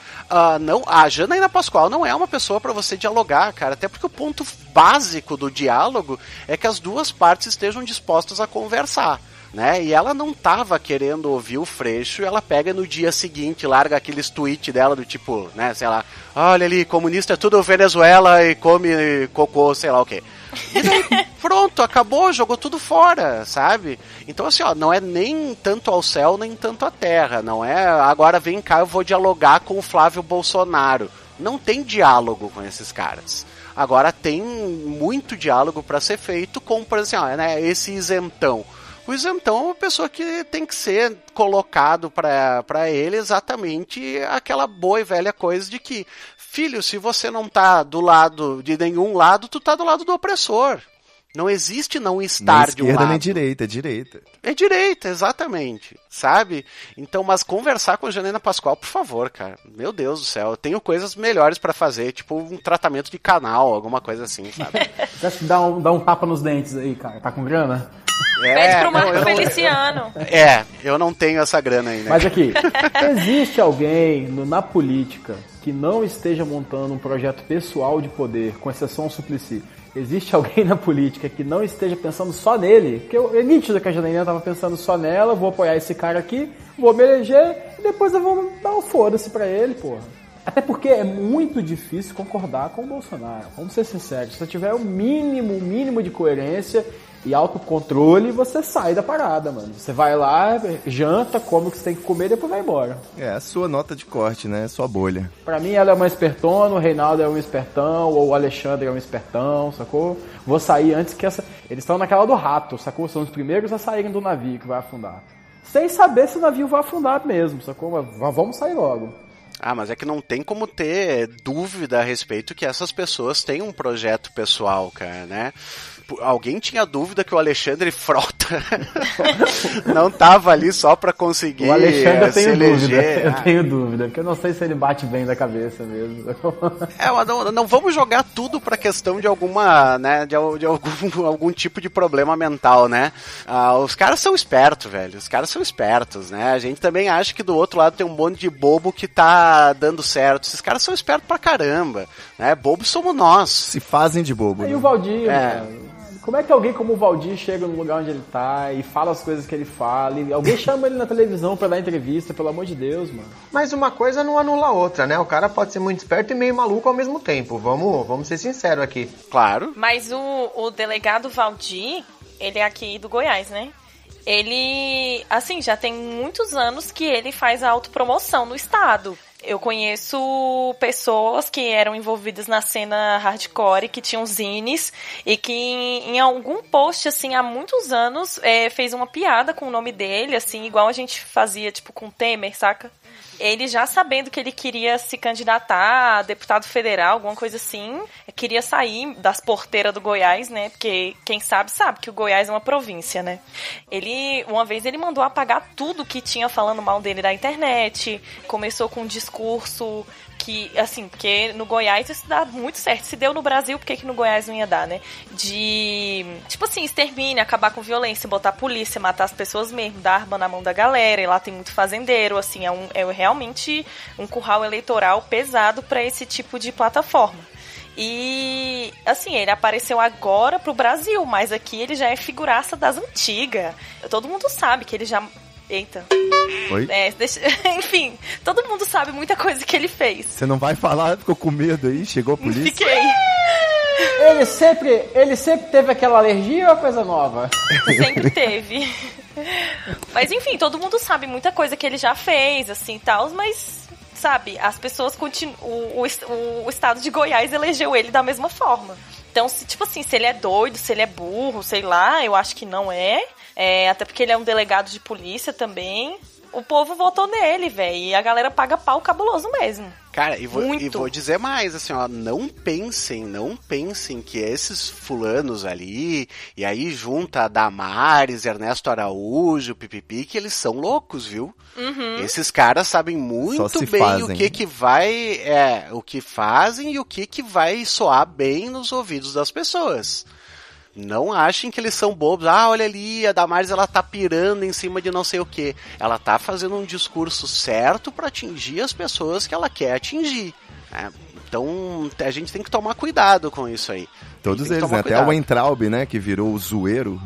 a Janaína Pascoal não é uma pessoa pra você dialogar, cara, até porque o ponto básico do diálogo é que as duas partes estejam dispostas a conversar, né? E ela não tava querendo ouvir o Freixo, ela pega no dia seguinte, larga aqueles tweets dela do tipo, né, sei lá, olha ali, comunista é tudo Venezuela e come cocô, sei lá o quê. E daí, pronto, acabou, jogou tudo fora, sabe? Então assim, não é nem tanto ao céu, nem tanto à terra, não é agora vem cá, eu vou dialogar com o Flávio Bolsonaro. Não tem diálogo com esses caras. Agora tem muito diálogo para ser feito com, por exemplo, esse isentão. O isentão é uma pessoa que tem que ser colocado para ele exatamente aquela boa e velha coisa de que, filho, se você não tá do lado de nenhum lado, tu tá do lado do opressor. Não existe não estar de um lado. Nem direita, é direita. É direita, exatamente, sabe? Então, mas conversar com a Janaína Pascoal, por favor, cara. Meu Deus do céu, eu tenho coisas melhores pra fazer, tipo um tratamento de canal, alguma coisa assim, sabe? Você acha que dá um tapa nos dentes aí, cara? Tá com grana? Pede pro Marco Feliciano. Eu não tenho essa grana ainda. Mas aqui, existe alguém na política que não esteja montando um projeto pessoal de poder, com exceção ao Suplicy? Existe alguém na política que não esteja pensando só nele? Porque é nítido que a Janaína estava pensando só nela, vou apoiar esse cara aqui, vou me eleger e depois eu vou dar um foda-se pra ele, porra. Até porque é muito difícil concordar com o Bolsonaro. Vamos ser sinceros, se você tiver o mínimo de coerência e autocontrole, você sai da parada, mano. Você vai lá, janta, come o que você tem que comer e depois vai embora. É a sua nota de corte, né? Sua bolha. Pra mim ela é uma espertona, o Reinaldo é um espertão, ou o Alexandre é um espertão, sacou? Vou sair antes que essa... Eles estão naquela do rato, sacou? São os primeiros a saírem do navio que vai afundar. Sem saber se o navio vai afundar mesmo, sacou? Mas vamos sair logo. Mas é que não tem como ter dúvida a respeito que essas pessoas têm um projeto pessoal, cara, né? Alguém tinha dúvida que o Alexandre Frota não tava ali só pra conseguir o Alexandre se eleger? Eu tenho dúvida, porque eu não sei se ele bate bem da cabeça mesmo. Mas não vamos jogar tudo pra questão de alguma, né, de algum tipo de problema mental, né? Os caras são espertos, velho. Os caras são espertos, né? A gente também acha que do outro lado tem um monte de bobo que tá dando certo. Esses caras são espertos pra caramba, né? Bobos somos nós. Se fazem de bobo. E né? o Valdir, mano? Como é que alguém como o Valdir chega no lugar onde ele tá e fala as coisas que ele fala? Alguém chama ele na televisão pra dar entrevista, pelo amor de Deus, mano. Mas uma coisa não anula a outra, né? O cara pode ser muito esperto e meio maluco ao mesmo tempo. Vamos ser sinceros aqui. Claro. Mas o delegado Valdir, ele é aqui do Goiás, né? Ele, assim, já tem muitos anos que ele faz a autopromoção no estado. Eu conheço pessoas que eram envolvidas na cena hardcore, que tinham zines, e que em algum post, assim, há muitos anos, fez uma piada com o nome dele, assim, igual a gente fazia, tipo, com o Temer, saca? Ele já sabendo que ele queria se candidatar a deputado federal, alguma coisa assim, queria sair das porteiras do Goiás, né? Porque quem sabe que o Goiás é uma província, né? Uma vez ele mandou apagar tudo que tinha falando mal dele da internet, começou com um discurso que, assim, porque no Goiás isso dá muito certo. Se deu no Brasil, por que no Goiás não ia dar, né? De, tipo assim, extermínio, acabar com violência, botar a polícia, matar as pessoas mesmo, dar arma na mão da galera, e lá tem muito fazendeiro, assim, é realmente um curral eleitoral pesado pra esse tipo de plataforma. E, assim, ele apareceu agora pro Brasil, mas aqui ele já é figuraça das antigas. Todo mundo sabe que ele já... Eita. Oi? Enfim, todo mundo sabe muita coisa que ele fez. Você não vai falar? Ficou com medo aí? Chegou a polícia? Fiquei. Ele sempre teve aquela alergia ou coisa nova? Sempre teve. Mas enfim, todo mundo sabe muita coisa que ele já fez, assim, tal, mas... Sabe, as pessoas continuam... O estado de Goiás elegeu ele da mesma forma. Então, se ele é doido, se ele é burro, sei lá, eu acho que não é. Até porque ele é um delegado de polícia também. O povo votou nele, velho. E a galera paga pau cabuloso mesmo. Cara, e vou dizer mais, assim, ó, não pensem que esses fulanos ali, e aí junta a Damares, Ernesto Araújo, Pipipi, que eles são loucos, viu? Uhum. Esses caras sabem muito bem fazem. O que vai, o que fazem e o que vai soar bem nos ouvidos das pessoas. Não achem que eles são bobos. Olha ali, a Damares, ela tá pirando em cima de não sei o que. Ela tá fazendo um discurso certo pra atingir as pessoas que ela quer atingir. Né? Então, a gente tem que tomar cuidado com isso aí. Todos eles, né? Até o Weintraub, né? Que virou o zoeiro.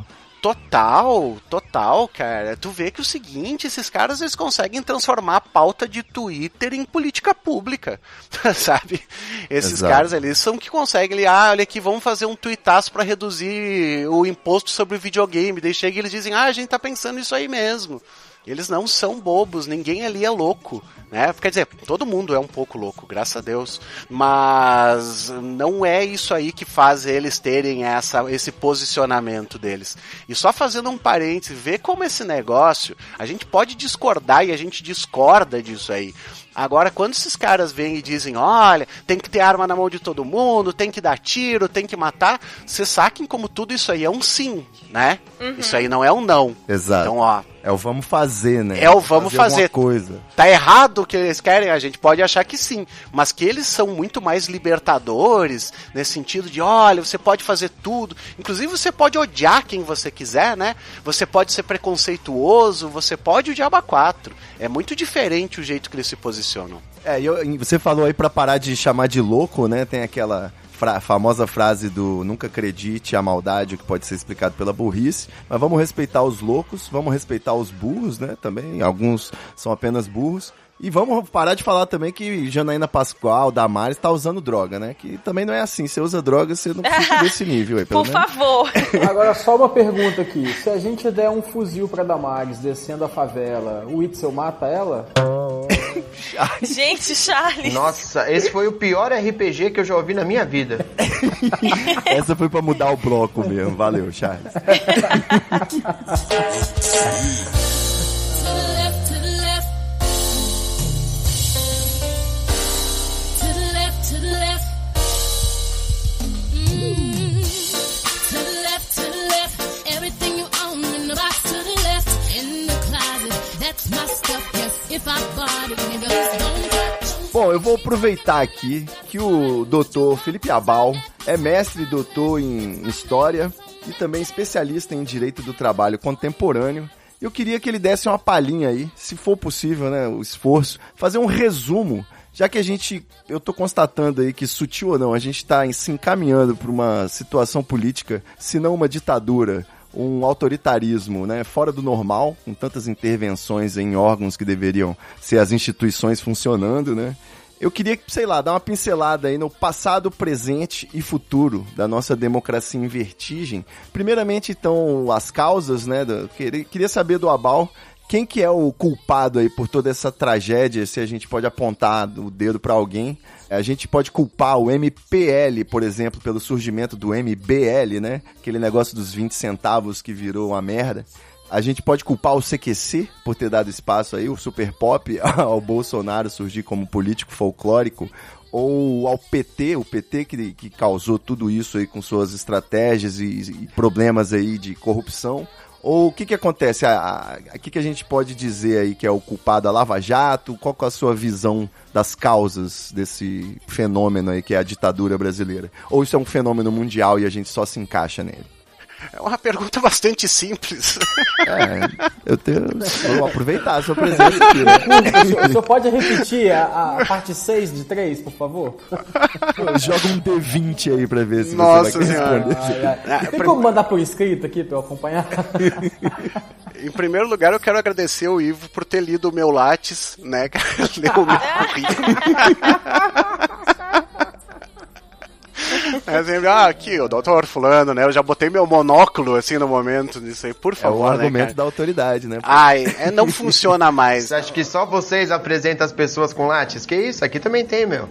Total, cara. Tu vê que o seguinte, esses caras, eles conseguem transformar a pauta de Twitter em política pública, sabe? Esses caras ali são que conseguem, olha aqui, vamos fazer um tuitaço pra reduzir o imposto sobre o videogame. Daí chega e eles dizem, a gente tá pensando isso aí mesmo. Eles não são bobos, ninguém ali é louco, né? Quer dizer, todo mundo é um pouco louco, graças a Deus, mas não é isso aí que faz eles terem esse posicionamento deles. E só fazendo um parênteses, ver como esse negócio, a gente pode discordar e a gente discorda disso aí. Agora, quando esses caras vêm e dizem, olha, tem que ter arma na mão de todo mundo, tem que dar tiro, tem que matar, vocês saquem como tudo isso aí é um sim, né? Uhum. Isso aí não é um não. Exato. Então, ó, é o vamos fazer, né? É o vamos fazer. Coisa. Tá errado o que eles querem? A gente pode achar que sim, mas que eles são muito mais libertadores, nesse sentido de, olha, você pode fazer tudo, inclusive você pode odiar quem você quiser, né? Você pode ser preconceituoso, você pode o diabo a quatro. É muito diferente o jeito que eles se posicionam. Você falou aí pra parar de chamar de louco, né? Tem aquela famosa frase do nunca acredite a maldade, o que pode ser explicado pela burrice, mas vamos respeitar os loucos, vamos respeitar os burros, né? Também, alguns são apenas burros. E vamos parar de falar também que Janaína Pascoal, Damares, tá usando droga, né? Que também não é assim. Você usa droga, você não fica desse nível aí, pelo menos. Por favor. Agora, só uma pergunta aqui. Se a gente der um fuzil pra Damares descendo a favela, o Itzel mata ela? Gente, Charles. Nossa, esse foi o pior RPG que eu já ouvi na minha vida. Essa foi pra mudar o bloco mesmo. Valeu, Charles. To the left. Bom, eu vou aproveitar aqui que o doutor Felipe Abal é mestre e doutor em História e também especialista em Direito do Trabalho Contemporâneo. Eu queria que ele desse uma palhinha aí, se for possível, né, o esforço, fazer um resumo, já que eu tô constatando aí que, sutil ou não, a gente tá se encaminhando para uma situação política, se não uma ditadura, um autoritarismo, né, fora do normal, com tantas intervenções em órgãos que deveriam ser as instituições funcionando, né? Eu queria, sei lá, dar uma pincelada aí no passado, presente e futuro da nossa democracia em vertigem. Primeiramente, então, as causas, né? Queria saber do Abal quem que é o culpado aí por toda essa tragédia, se a gente pode apontar o dedo para alguém. A gente pode culpar o MPL, por exemplo, pelo surgimento do MBL, né? Aquele negócio dos 20 centavos que virou uma merda. A gente pode culpar o CQC por ter dado espaço aí, o super pop, ao Bolsonaro surgir como político folclórico, ou ao PT, o PT que causou tudo isso aí com suas estratégias e problemas aí de corrupção. Ou o que acontece? O que a gente pode dizer aí que é o culpado, a Lava Jato? Qual que é a sua visão das causas desse fenômeno aí que é a ditadura brasileira? Ou isso é um fenômeno mundial e a gente só se encaixa nele? É uma pergunta bastante simples. Vou aproveitar a sua presença aqui, né? O senhor pode repetir a parte 6 de 3, por favor? Joga um D20 aí pra ver se Nossa você vai responder. Tem como mandar por escrito aqui pra eu acompanhar? Em primeiro lugar, eu quero agradecer o Ivo por ter lido o meu Lattes, né? Leu o meu currículo. É sempre, aqui, o doutor fulano, né? Eu já botei meu monóculo, assim, no momento disso aí, por favor, é o argumento, né, da autoridade, né? Não funciona mais. Você acha que só vocês apresentam as pessoas com Lattes? Que isso? Aqui também tem, meu.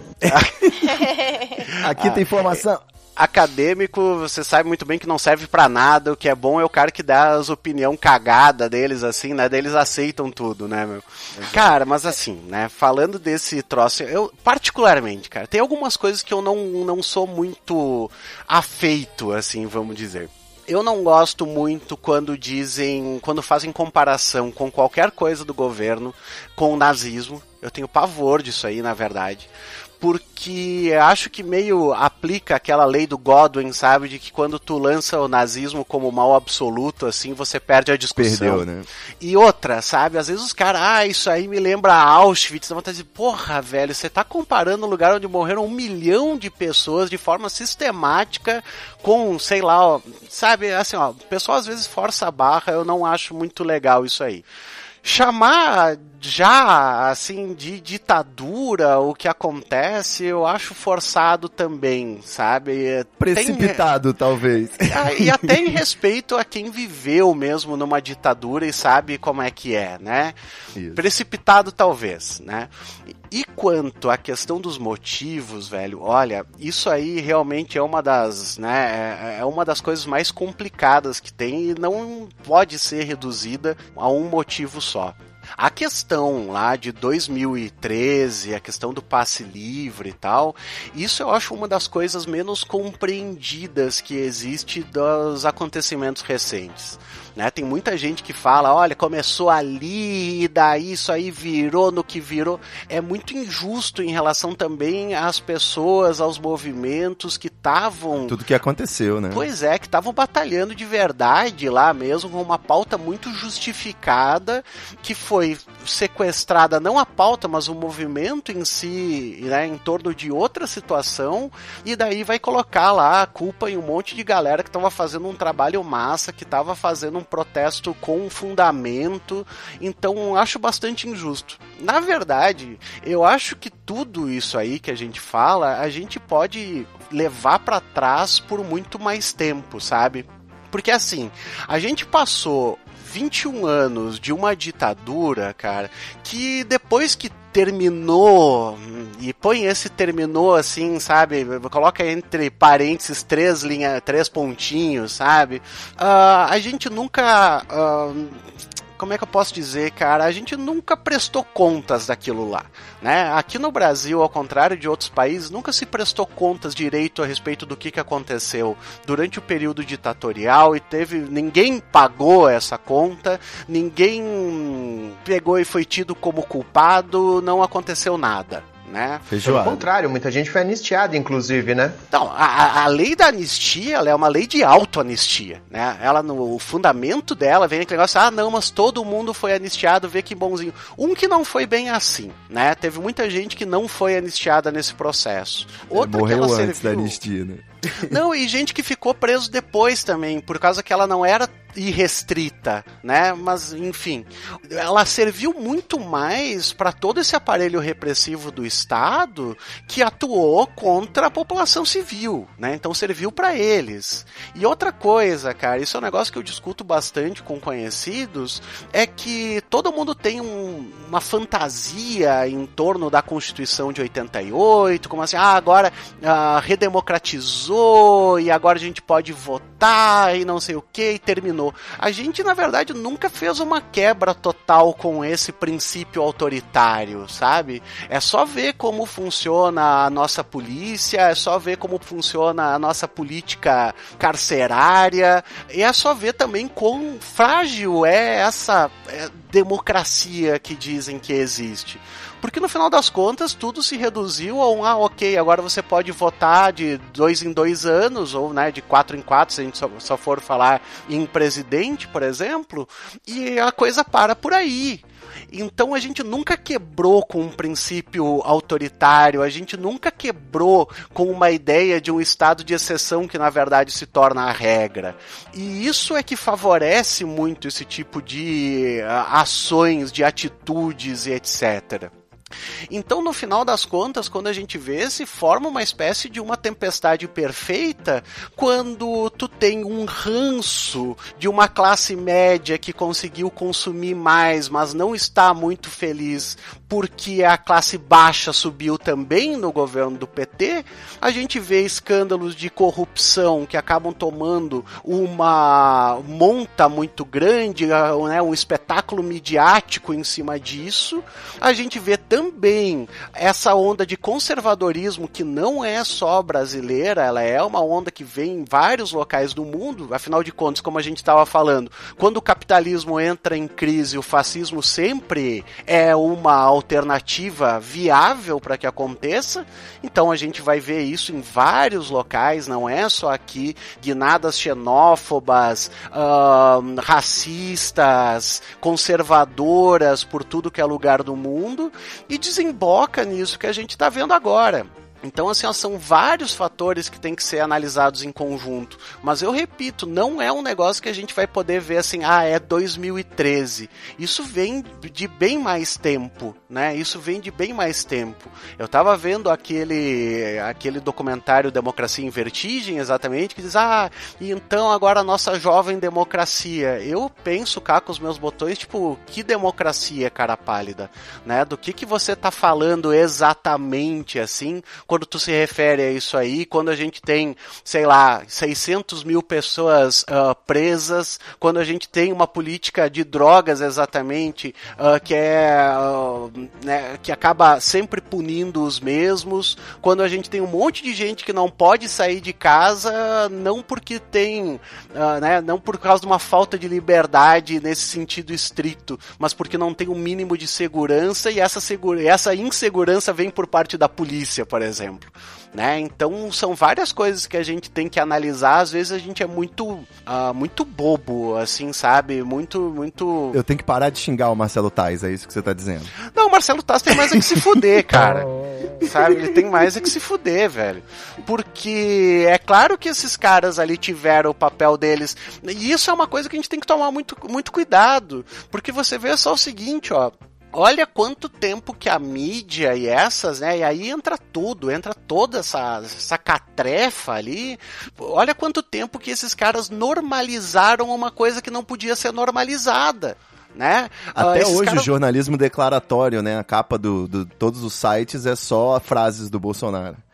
Aqui tem informação. Acadêmico, você sabe muito bem que não serve pra nada, o que é bom é o cara que dá as opinião cagada deles, assim, né, daí eles aceitam tudo, né, meu. Cara, mas assim, né, falando desse troço, eu, particularmente, cara, tem algumas coisas que eu não sou muito afeito, assim, vamos dizer. Eu não gosto muito quando fazem comparação com qualquer coisa do governo com o nazismo. Eu tenho pavor disso aí, na verdade. Porque acho que meio aplica aquela lei do Godwin, sabe? De que quando tu lança o nazismo como mal absoluto, assim, você perde a discussão. Perdeu, né? E outra, sabe? Às vezes os caras, isso aí me lembra Auschwitz. Dá vontade de dizer, porra, velho, você tá comparando um lugar onde morreram 1 milhão de pessoas de forma sistemática com, sei lá, sabe? Assim, ó, o pessoal às vezes força a barra, eu não acho muito legal isso aí. Chamar já, assim, de ditadura o que acontece, eu acho forçado também, sabe? Precipitado, talvez. E até em respeito a quem viveu mesmo numa ditadura e sabe como é que é, né? Isso. Precipitado, talvez, né? E quanto à questão dos motivos, velho, olha, isso aí realmente é uma das, né, é uma das coisas mais complicadas que tem e não pode ser reduzida a um motivo só. A questão lá de 2013, a questão do passe livre e tal, isso eu acho uma das coisas menos compreendidas que existe dos acontecimentos recentes. Né? Tem muita gente que fala, olha, começou ali e daí isso aí virou no que virou. É muito injusto em relação também às pessoas, aos movimentos que estavam... Tudo que aconteceu, né? Pois é, que estavam batalhando de verdade lá mesmo, com uma pauta muito justificada, que foi sequestrada, não a pauta, mas o movimento em si, né, em torno de outra situação, e daí vai colocar lá a culpa em um monte de galera que estava fazendo um trabalho massa, que estava fazendo um protesto com fundamento. Então acho bastante injusto. Na verdade, eu acho que tudo isso aí que a gente fala, a gente pode levar para trás por muito mais tempo, sabe? Porque assim, a gente passou 21 anos de uma ditadura, cara, que depois que terminou, e põe esse terminou assim, sabe, coloca entre parênteses 3 pontinhos, sabe, a gente nunca como é que eu posso dizer, cara? A gente nunca prestou contas daquilo lá, né? Aqui no Brasil, ao contrário de outros países, nunca se prestou contas direito a respeito do que aconteceu durante o período ditatorial e ninguém pagou essa conta, ninguém pegou e foi tido como culpado, não aconteceu nada. Né? Pelo contrário, muita gente foi anistiada, inclusive, né? Então, a lei da anistia, ela é uma lei de autoanistia, né? Ela, o fundamento dela vem aquele negócio, não, mas todo mundo foi anistiado, vê que bonzinho. Que não foi bem assim, né? Teve muita gente que não foi anistiada nesse processo. Outra morreu que ela antes da anistia, né? Não, e gente que ficou preso depois também, por causa que ela não era irrestrita, né? Mas, enfim, ela serviu muito mais para todo esse aparelho repressivo do Estado que atuou contra a população civil, né? Então serviu para eles. E outra coisa, cara, isso é um negócio que eu discuto bastante com conhecidos, é que todo mundo tem uma fantasia em torno da Constituição de 88, como assim, agora redemocratizou e agora a gente pode votar e não sei o que, e terminou. A gente, na verdade, nunca fez uma quebra total com esse princípio autoritário, sabe? É só ver como funciona a nossa polícia, é só ver como funciona a nossa política carcerária, e é só ver também quão frágil é essa democracia que dizem que existe. Porque no final das contas tudo se reduziu a ok, agora você pode votar de 2 em 2 anos, ou né, de 4 em 4, se a gente só for falar em presidente, por exemplo, e a coisa para por aí. Então a gente nunca quebrou com um princípio autoritário, a gente nunca quebrou com uma ideia de um estado de exceção que na verdade se torna a regra. E isso é que favorece muito esse tipo de ações, de atitudes e etc. Então, no final das contas, quando a gente vê, se forma uma espécie de uma tempestade perfeita quando tu tem um ranço de uma classe média que conseguiu consumir mais, mas não está muito feliz porque a classe baixa subiu também no governo do PT. A gente vê escândalos de corrupção que acabam tomando uma monta muito grande, né, um espetáculo midiático em cima disso. A gente vê também essa onda de conservadorismo que não é só brasileira, ela é uma onda que vem em vários locais do mundo. Afinal de contas, como a gente estava falando, quando o capitalismo entra em crise, o fascismo sempre é uma alternativa viável para que aconteça. Então a gente vai ver isso em vários locais, não é só aqui, guinadas xenófobas, racistas, conservadoras por tudo que é lugar do mundo, e desemboca nisso que a gente está vendo agora. Então, assim, são vários fatores que têm que ser analisados em conjunto. Mas eu repito, não é um negócio que a gente vai poder ver assim, é 2013. Isso vem de bem mais tempo, né? Isso vem de bem mais tempo. Eu tava vendo aquele documentário Democracia em Vertigem, exatamente, que diz, e então agora a nossa jovem democracia. Eu penso cá com os meus botões, tipo, que democracia, cara pálida, né? Do que você tá falando exatamente, assim, quando tu se refere a isso aí, quando a gente tem, sei lá, 600 mil pessoas presas, quando a gente tem uma política de drogas exatamente, que acaba sempre punindo os mesmos, quando a gente tem um monte de gente que não pode sair de casa, não porque tem, não por causa de uma falta de liberdade nesse sentido estrito, mas porque não tem um mínimo de segurança, e essa insegurança vem por parte da polícia, por exemplo. Né? Então são várias coisas que a gente tem que analisar. Às vezes a gente é muito bobo, assim, sabe? Muito... Eu tenho que parar de xingar o Marcelo Taz, é isso que você tá dizendo? Não, o Marcelo Taz tem mais é que se fuder, cara. Sabe? Ele tem mais é que se fuder, velho. Porque é claro que esses caras ali tiveram o papel deles, e isso é uma coisa que a gente tem que tomar muito, muito cuidado, porque você vê só o seguinte, olha quanto tempo que a mídia e essas, né, e aí entra toda essa catrefa ali, olha quanto tempo que esses caras normalizaram uma coisa que não podia ser normalizada. Né? Até hoje o jornalismo declaratório, né? A capa de todos os sites é só frases do Bolsonaro.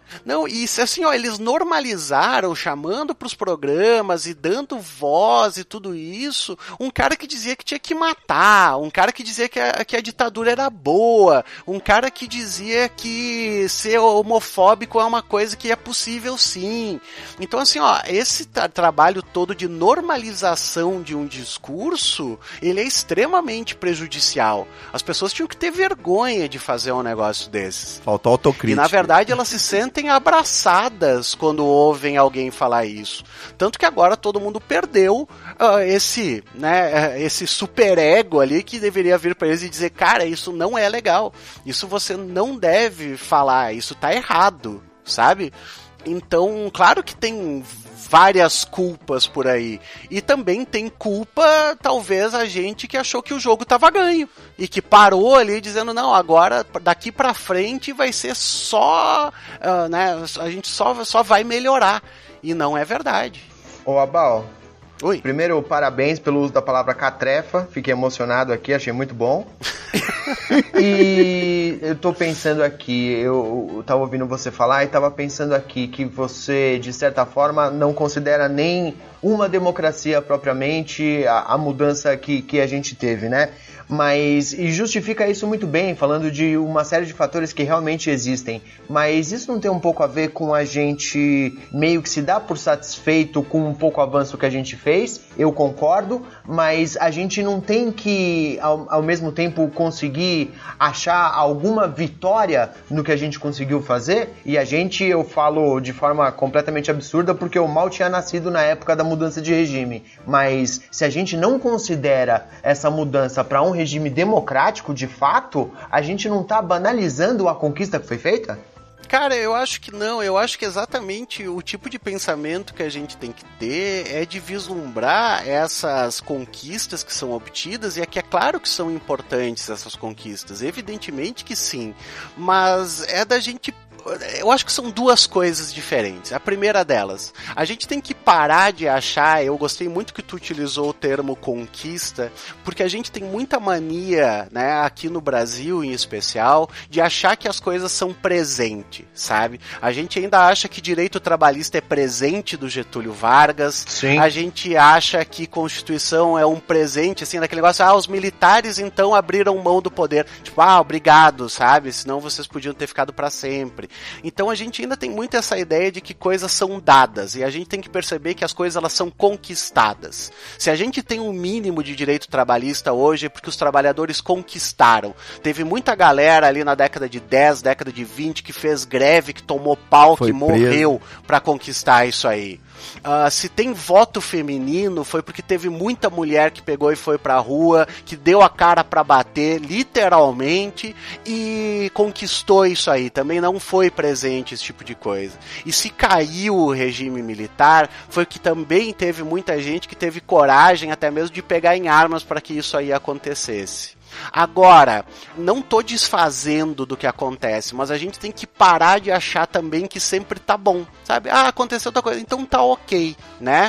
Não, e assim, ó, eles normalizaram, chamando pros programas e dando voz e tudo isso, um cara que dizia que tinha que matar, um cara que dizia que a ditadura era boa, um cara que dizia que ser homofóbico é uma coisa que é possível sim. Então assim, ó, esse trabalho todo de normalização de um discurso, ele é extremamente prejudicial. As pessoas tinham que ter vergonha de fazer um negócio desses. Faltou autocrítica. E na verdade elas se sentem abraçadas quando ouvem alguém falar isso. Tanto que agora todo mundo perdeu esse superego ali que deveria vir para eles e dizer, cara, isso não é legal. Isso você não deve falar, isso tá errado, sabe? Então, claro que tem várias culpas por aí. E também tem culpa, talvez, a gente que achou que o jogo tava ganho. E que parou ali dizendo, não, agora daqui pra frente vai ser só... a gente só vai melhorar. E não é verdade. Ô, Abal. Oi. Primeiro, parabéns pelo uso da palavra catrefa. Fiquei emocionado aqui, achei muito bom. E eu tô pensando aqui, eu tava ouvindo você falar e tava pensando aqui que você, de certa forma, não considera nem uma democracia propriamente a mudança que a gente teve, né? E justifica isso muito bem, falando de uma série de fatores que realmente existem. Mas isso não tem um pouco a ver com a gente meio que se dar por satisfeito com um pouco o avanço que a gente fez? Eu concordo, mas a gente não tem que, ao mesmo tempo, conseguir achar alguma vitória no que a gente conseguiu fazer? E eu falo de forma completamente absurda porque eu mal tinha nascido na época da mudança de regime. Mas se a gente não considera essa mudança para um regime democrático, de fato, a gente não tá banalizando a conquista que foi feita? Cara, eu acho que não, eu acho que exatamente o tipo de pensamento que a gente tem que ter é de vislumbrar essas conquistas que são obtidas, e é que é claro que são importantes essas conquistas, evidentemente que sim, mas é da gente... Eu acho que são duas coisas diferentes. A primeira delas, a gente tem que parar de achar, eu gostei muito que tu utilizou o termo conquista, porque a gente tem muita mania, né, aqui no Brasil em especial, de achar que as coisas são presente, sabe? A gente ainda acha que direito trabalhista é presente do Getúlio Vargas. Sim. A gente acha que Constituição é um presente, assim, daquele negócio, os militares então abriram mão do poder. Tipo, obrigado, sabe? Senão vocês podiam ter ficado para sempre. Então a gente ainda tem muito essa ideia de que coisas são dadas, e a gente tem que perceber que as coisas elas são conquistadas. Se a gente tem um mínimo de direito trabalhista hoje é porque os trabalhadores conquistaram. Teve muita galera ali na década de 10, década de 20 que fez greve, que tomou pau, que morreu para conquistar isso aí. Se tem voto feminino, foi porque teve muita mulher que pegou e foi pra rua, que deu a cara pra bater, literalmente, e conquistou isso aí. Também não foi presente esse tipo de coisa. E se caiu o regime militar, foi que também teve muita gente que teve coragem até mesmo de pegar em armas para que isso aí acontecesse. Agora, não tô desfazendo do que acontece, mas a gente tem que parar de achar também que sempre tá bom, sabe? Aconteceu outra coisa, então tá ok, né?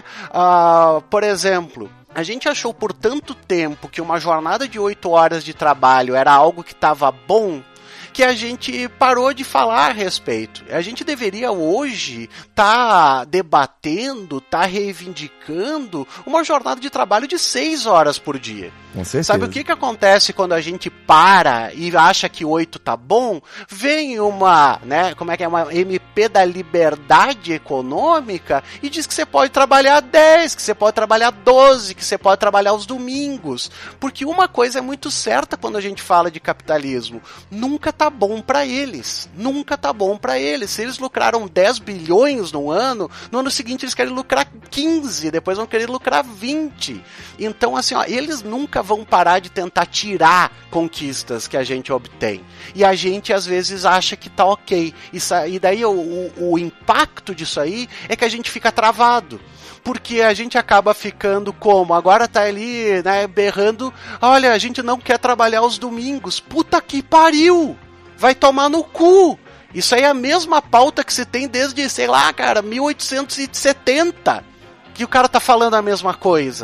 Por exemplo, a gente achou por tanto tempo que uma jornada de 8 horas de trabalho era algo que tava bom, que a gente parou de falar a respeito. A gente deveria hoje estar debatendo, reivindicando uma jornada de trabalho de 6 horas por dia. Com certeza. Sabe o que acontece quando a gente para e acha que 8 tá bom? Vem uma, uma MP da liberdade econômica e diz que você pode trabalhar 10, que você pode trabalhar 12, que você pode trabalhar os domingos. Porque uma coisa é muito certa quando a gente fala de capitalismo: nunca tá bom para eles. Nunca tá bom para eles. Se eles lucraram 10 bilhões no ano seguinte eles querem lucrar 15, depois vão querer lucrar 20. Então, assim, eles nunca vão parar de tentar tirar conquistas que a gente obtém. E a gente, às vezes, acha que tá ok. E daí o impacto disso aí é que a gente fica travado. Porque a gente acaba ficando como? Agora tá ali, berrando, olha, a gente não quer trabalhar os domingos. Puta que pariu! Vai tomar no cu! Isso aí é a mesma pauta que se tem desde, 1870. Que o cara tá falando a mesma coisa.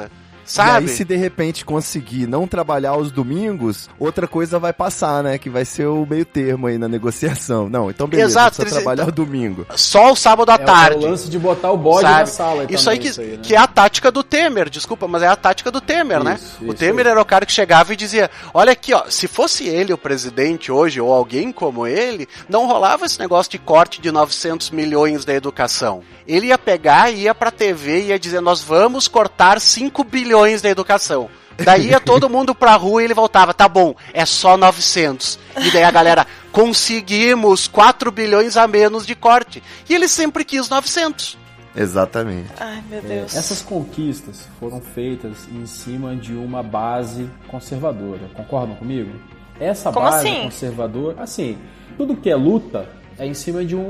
sabe? E aí, se de repente conseguir não trabalhar os domingos, outra coisa vai passar, né? Que vai ser o meio termo aí na negociação. Não, então beleza, Exato, precisa trabalhar o domingo. Só o sábado à tarde. É o lance de botar o bode sabe? na sala. Isso também, aí que é a tática do Temer, desculpa, mas é a tática do Temer, né? O Temer era o cara que chegava e dizia, olha aqui, ó, se fosse ele o presidente hoje, ou alguém como ele, não rolava esse negócio de corte de 900 milhões da educação. Ele ia pegar, ia pra TV e ia dizer, nós vamos cortar 5 bilhões da educação. Daí ia todo mundo pra rua e ele voltava, tá bom, é só 900. E daí a galera, conseguimos 4 bilhões a menos de corte. E ele sempre quis 900. Exatamente. Ai, meu Deus. Essas conquistas foram feitas em cima de uma base conservadora. Concordam comigo? Essa Como base assim? conservadora, assim, tudo que é luta é em cima de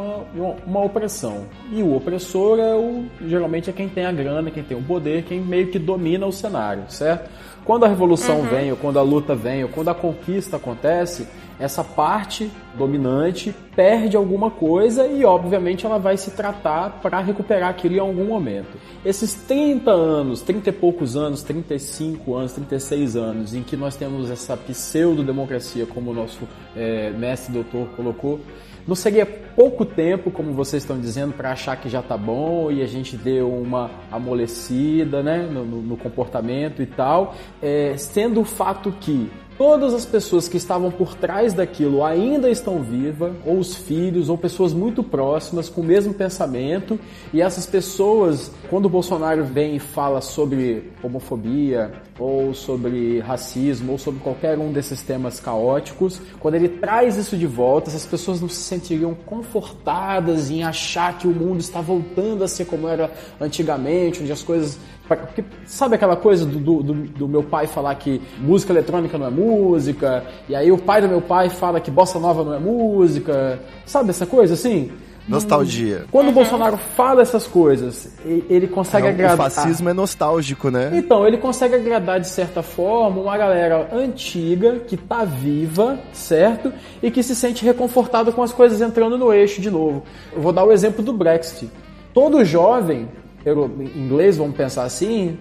uma opressão. E o opressor geralmente é quem tem a grana, quem tem o poder, quem meio que domina o cenário, certo? Quando a revolução vem, ou quando a luta vem, ou quando a conquista acontece, essa parte dominante perde alguma coisa e, obviamente, ela vai se tratar para recuperar aquilo em algum momento. Esses 30 anos, 30 e poucos anos, 35 anos, 36 anos, em que nós temos essa pseudo-democracia, como o nosso mestre doutor colocou, não seria pouco tempo, como vocês estão dizendo, para achar que já está bom e a gente deu uma amolecida, né, no comportamento e tal, sendo o fato que todas as pessoas que estavam por trás daquilo ainda estão vivas, ou os filhos, ou pessoas muito próximas com o mesmo pensamento, e essas pessoas, quando o Bolsonaro vem e fala sobre homofobia, ou sobre racismo, ou sobre qualquer um desses temas caóticos, quando ele traz isso de volta, essas pessoas não se sentiriam confortadas em achar que o mundo está voltando a ser como era antigamente, onde as coisas... Porque, sabe aquela coisa do meu pai falar que música eletrônica não é música, e aí o pai do meu pai fala que bossa nova não é música, sabe essa coisa assim? Nostalgia. Quando o Bolsonaro fala essas coisas, ele consegue agradar... O fascismo é nostálgico, né? Então, ele consegue agradar de certa forma uma galera antiga, que tá viva, certo? E que se sente reconfortada com as coisas entrando no eixo de novo. Eu vou dar o exemplo do Brexit. Todo jovem... inglês, vamos pensar assim,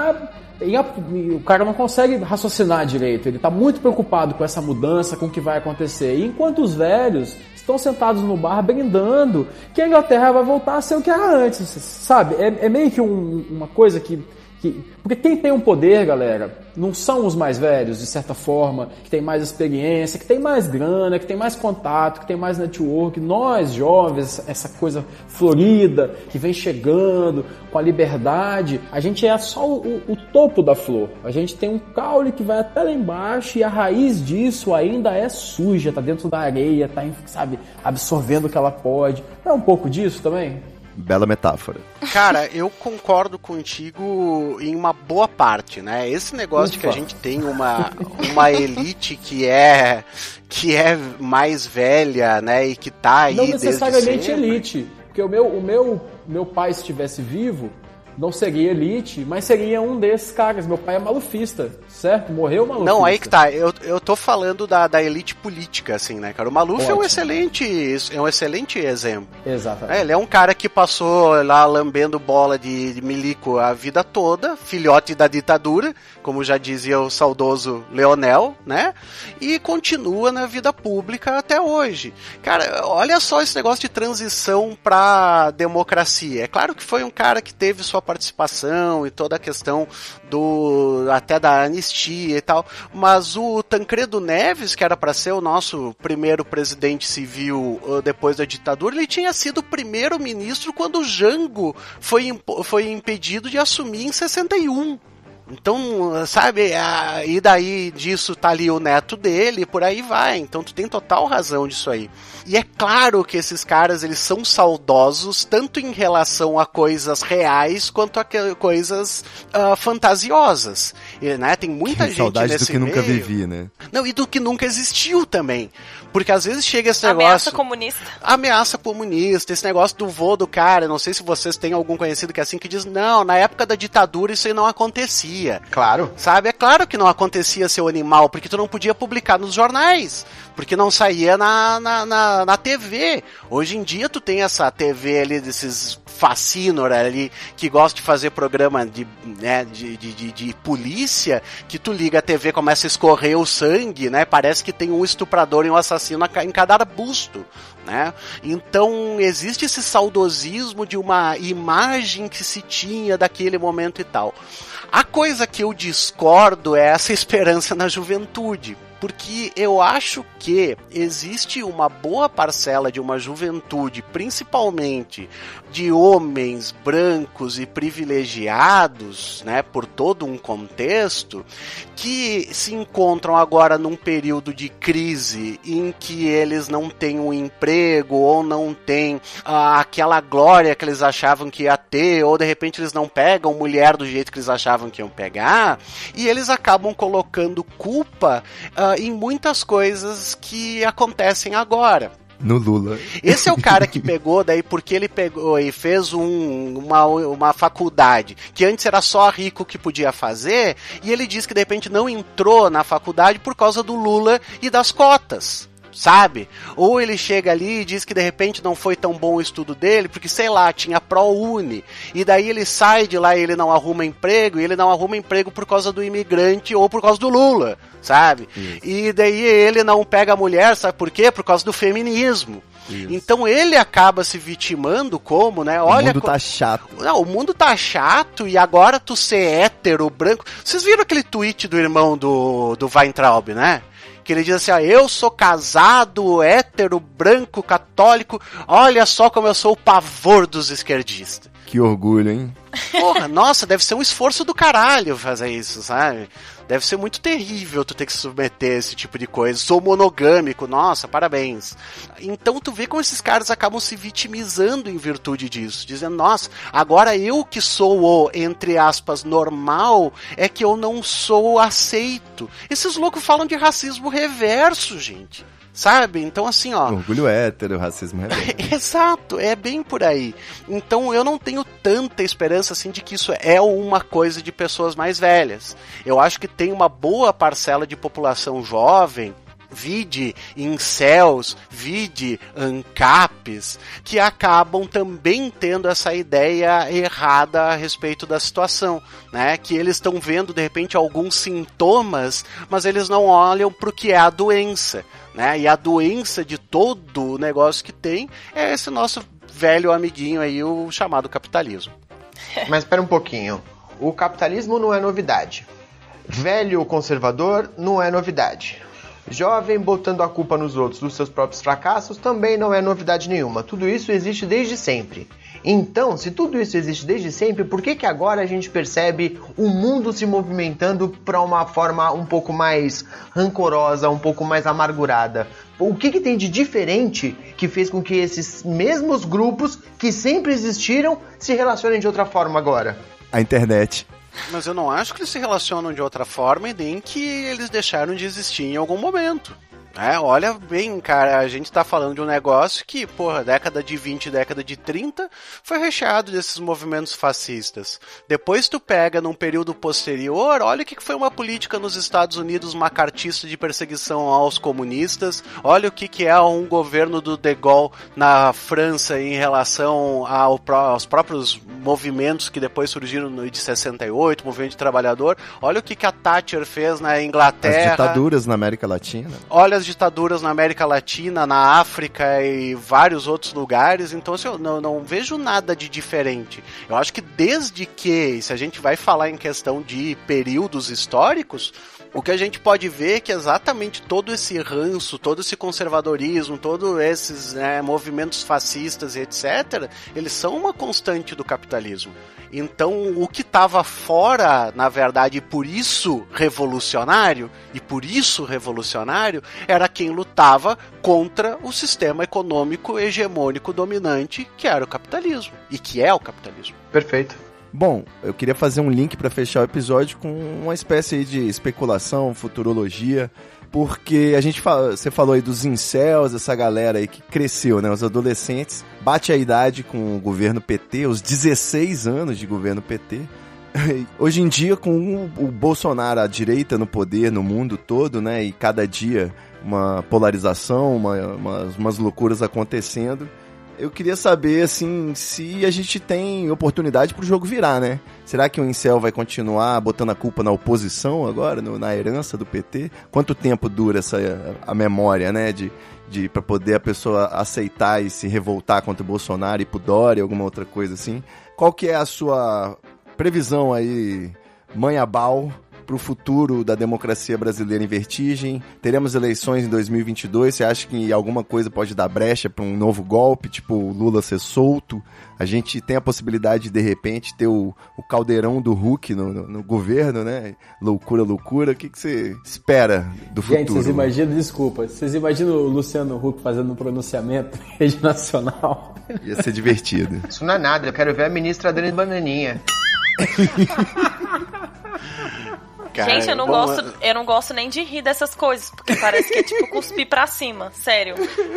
o cara não consegue raciocinar direito, ele está muito preocupado com essa mudança, com o que vai acontecer, e enquanto os velhos estão sentados no bar brindando que a Inglaterra vai voltar a ser o que era antes, sabe? É meio que uma coisa que... Porque quem tem um poder, galera, não são os mais velhos, de certa forma, que tem mais experiência, que tem mais grana, que tem mais contato, que tem mais network. Nós, jovens, essa coisa florida, que vem chegando com a liberdade, a gente é só o topo da flor. A gente tem um caule que vai até lá embaixo e a raiz disso ainda é suja, tá dentro da areia, tá, sabe, absorvendo o que ela pode. Não é um pouco disso também? Bela metáfora. Cara, eu concordo contigo em uma boa parte, né? Esse negócio de que a gente tem uma elite que é mais velha, né? E que tá aí não necessariamente desde sempre. Elite, porque o meu pai, se estivesse vivo, não seria elite, mas seria um desses caras. Meu pai é malufista, certo? Morreu malufista. Não, aí que tá. Eu tô falando da elite política, assim, né, cara? O Maluf Ótimo. é um excelente exemplo. Exatamente. Ele é um cara que passou lá lambendo bola de milico a vida toda, filhote da ditadura, como já dizia o saudoso Leonel, né? E continua na vida pública até hoje. Cara, olha só esse negócio de transição pra democracia. É claro que foi um cara que teve sua participação e toda a questão até da anistia e tal, mas o Tancredo Neves, que era para ser o nosso primeiro presidente civil depois da ditadura, ele tinha sido primeiro-ministro quando o Jango foi impedido de assumir em 61. Então, sabe, e daí disso tá ali o neto dele, e por aí vai. Então tu tem total razão disso aí. E é claro que esses caras, eles são saudosos, tanto em relação a coisas reais, quanto a coisas fantasiosas. E, né, tem muita gente saudade nesse do que meio. nunca vivi, né? Não, e do que nunca existiu também. Porque às vezes chega esse negócio... Ameaça comunista, esse negócio do vô do cara, não sei se vocês têm algum conhecido que é assim, que diz, não, na época da ditadura isso aí não acontecia. acontecia. Claro. Sabe? É claro que não acontecia seu animal, porque tu não podia publicar nos jornais, porque não saía na TV. Hoje em dia tu tem essa TV ali, desses fascínor ali, que gosta de fazer programa de polícia, que tu liga a TV, começa a escorrer o sangue, né? Parece que tem um estuprador e um assassino em cada arbusto, né? Então existe esse saudosismo de uma imagem que se tinha daquele momento e tal. A coisa que eu discordo é essa esperança na juventude, porque eu acho que existe uma boa parcela de uma juventude, principalmente de homens brancos e privilegiados, né, por todo um contexto, que se encontram agora num período de crise em que eles não têm um emprego ou não têm aquela glória que eles achavam que ia ter, ou de repente eles não pegam mulher do jeito que eles achavam que iam pegar, e eles acabam colocando culpa em muitas coisas que acontecem agora. No Lula. Esse é o cara que pegou, daí porque ele pegou e fez uma faculdade, que antes era só rico que podia fazer, e ele disse que de repente não entrou na faculdade por causa do Lula e das cotas. Sabe? Ou ele chega ali e diz que de repente não foi tão bom o estudo dele, porque sei lá, tinha ProUni, e daí ele sai de lá e ele não arruma emprego, e ele não arruma emprego por causa do imigrante ou por causa do Lula, sabe? Isso. E daí ele não pega a mulher, sabe por quê? Por causa do feminismo. Isso. Então ele acaba se vitimando como, né? Olha, o mundo tá chato. Não, o mundo tá chato e agora tu ser hétero, branco... Vocês viram aquele tweet do irmão do Weintraub, né? Que ele diz assim, eu sou casado, hétero, branco, católico, olha só como eu sou o pavor dos esquerdistas. Que orgulho, hein? Porra, nossa, deve ser um esforço do caralho fazer isso, sabe? Deve ser muito terrível tu ter que se submeter a esse tipo de coisa. Sou monogâmico, nossa, parabéns. Então tu vê como esses caras acabam se vitimizando em virtude disso. Dizendo, nossa, agora eu que sou o, entre aspas, normal, é que eu não sou aceito. Esses loucos falam de racismo reverso, gente. Sabe? Então assim, ó... Orgulho hétero, racismo reverso. Exato, é bem por aí. Então eu não tenho tanta esperança assim de que isso é uma coisa de pessoas mais velhas. Eu acho que tem uma boa parcela de população jovem, vide incels, vide ANCAPs, que acabam também tendo essa ideia errada a respeito da situação, né? Que eles estão vendo de repente alguns sintomas, mas eles não olham para o que é a doença, né? E a doença de todo o negócio que tem é esse nosso velho amiguinho aí, o chamado capitalismo. Mas espera um pouquinho, o capitalismo não é novidade, velho conservador não é novidade. Jovem botando a culpa nos outros dos seus próprios fracassos também não é novidade nenhuma. Tudo isso existe desde sempre. Então, se tudo isso existe desde sempre, por que agora a gente percebe o mundo se movimentando para uma forma um pouco mais rancorosa, um pouco mais amargurada? O que tem de diferente que fez com que esses mesmos grupos que sempre existiram se relacionem de outra forma agora? A internet. Mas eu não acho que eles se relacionam de outra forma e nem que eles deixaram de existir em algum momento. Olha bem, cara, a gente tá falando de um negócio que, porra, década de 20, década de 30, foi recheado desses movimentos fascistas. Depois tu pega num período posterior, olha o que foi uma política nos Estados Unidos macartista de perseguição aos comunistas, olha o que é um governo do De Gaulle na França em relação aos próprios movimentos que depois surgiram de 68, movimento de trabalhador, olha o que a Thatcher fez na Inglaterra. As ditaduras na América Latina. Olha as ditaduras na América Latina, na África e vários outros lugares, então assim, eu não vejo nada de diferente. Eu acho que desde que, se a gente vai falar em questão de períodos históricos, o que a gente pode ver é que exatamente todo esse ranço, todo esse conservadorismo, todos esses movimentos fascistas e etc., eles são uma constante do capitalismo. Então, o que estava fora, na verdade, e por isso revolucionário, era quem lutava contra o sistema econômico hegemônico dominante, que era o capitalismo, e que é o capitalismo. Perfeito. Bom, eu queria fazer um link para fechar o episódio com uma espécie aí de especulação, futurologia, porque você falou aí dos incels, essa galera aí que cresceu, né, os adolescentes, bate a idade com o governo PT, os 16 anos de governo PT, Hoje em dia, com o Bolsonaro, a direita no poder no mundo todo, né, e cada dia uma polarização, umas loucuras acontecendo, eu queria saber, assim, se a gente tem oportunidade pro jogo virar, né? Será que o Incel vai continuar botando a culpa na oposição agora, na herança do PT? Quanto tempo dura a memória, né, pra poder a pessoa aceitar e se revoltar contra o Bolsonaro e pro Dória, alguma outra coisa assim? Qual que é a sua previsão aí, Manhabal, pro futuro da democracia brasileira em vertigem? Teremos eleições em 2022, você acha que alguma coisa pode dar brecha para um novo golpe, tipo o Lula ser solto? A gente tem a possibilidade de repente, ter o caldeirão do Hulk no governo, né? Loucura. O que você espera do futuro? Gente, vocês imaginam, desculpa, vocês imaginam o Luciano Huck fazendo um pronunciamento em rede nacional? Ia ser divertido. Isso não é nada, eu quero ver a ministra dando bananinha. Cara, gente, eu não gosto nem de rir dessas coisas, porque parece que é tipo cuspir pra cima, sério.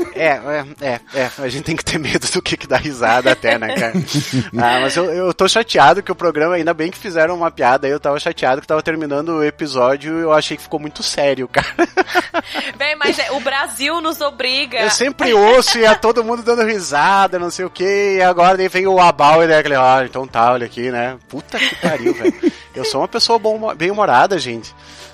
A gente tem que ter medo do que dá risada até, né, cara? Mas eu tô chateado que o programa, ainda bem que fizeram uma piada aí, eu tava chateado que tava terminando o episódio e eu achei que ficou muito sério, cara. Bem, mas o Brasil nos obriga. Eu sempre ouço e todo mundo dando risada, não sei o que, e agora daí vem o Abal e daí aquele, então tá, olha aqui, né? Puta que pariu, velho. Eu sou uma pessoa bem-humorada, gente.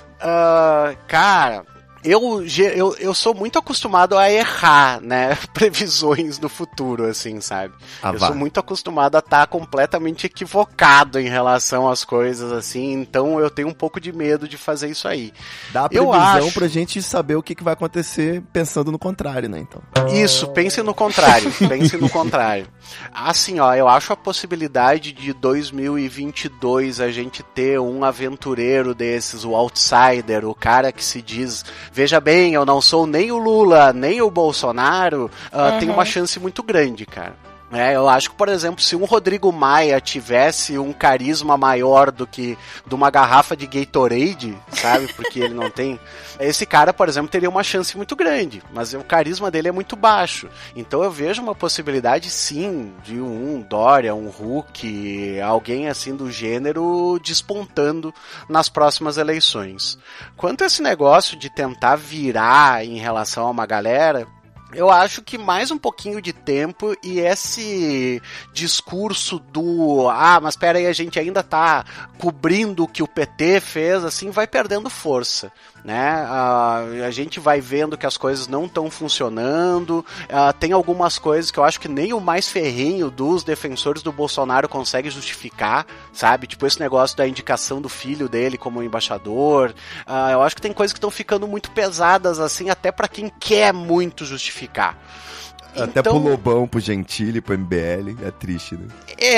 Cara, eu sou muito acostumado a errar, né? Previsões do futuro, assim, sabe? Sou muito acostumado a estar completamente equivocado em relação às coisas, assim. Então eu tenho um pouco de medo de fazer isso aí. Dá a previsão pra gente saber o que vai acontecer pensando no contrário, né? Então. Isso, pense no contrário. Pense no contrário. Assim, eu acho a possibilidade de 2022 a gente ter um aventureiro desses, o outsider, o cara que se diz, veja bem, eu não sou nem o Lula, nem o Bolsonaro, tem uma chance muito grande, cara. Eu acho que, por exemplo, se um Rodrigo Maia tivesse um carisma maior do que de uma garrafa de Gatorade, sabe? Porque ele não tem... Esse cara, por exemplo, teria uma chance muito grande, mas o carisma dele é muito baixo. Então eu vejo uma possibilidade, sim, de um Dória, um Huck, alguém assim do gênero despontando nas próximas eleições. Quanto a esse negócio de tentar virar em relação a uma galera... Eu acho que mais um pouquinho de tempo e esse discurso do mas pera aí, a gente ainda tá cobrindo o que o PT fez, assim, vai perdendo força, né? A gente vai vendo que as coisas não estão funcionando, tem algumas coisas que eu acho que nem o mais ferrenho dos defensores do Bolsonaro consegue justificar, sabe? Tipo esse negócio da indicação do filho dele como embaixador, eu acho que tem coisas que estão ficando muito pesadas, assim, até pra quem quer muito justificar. Até então, pro Lobão, pro Gentili, pro MBL, é triste, né?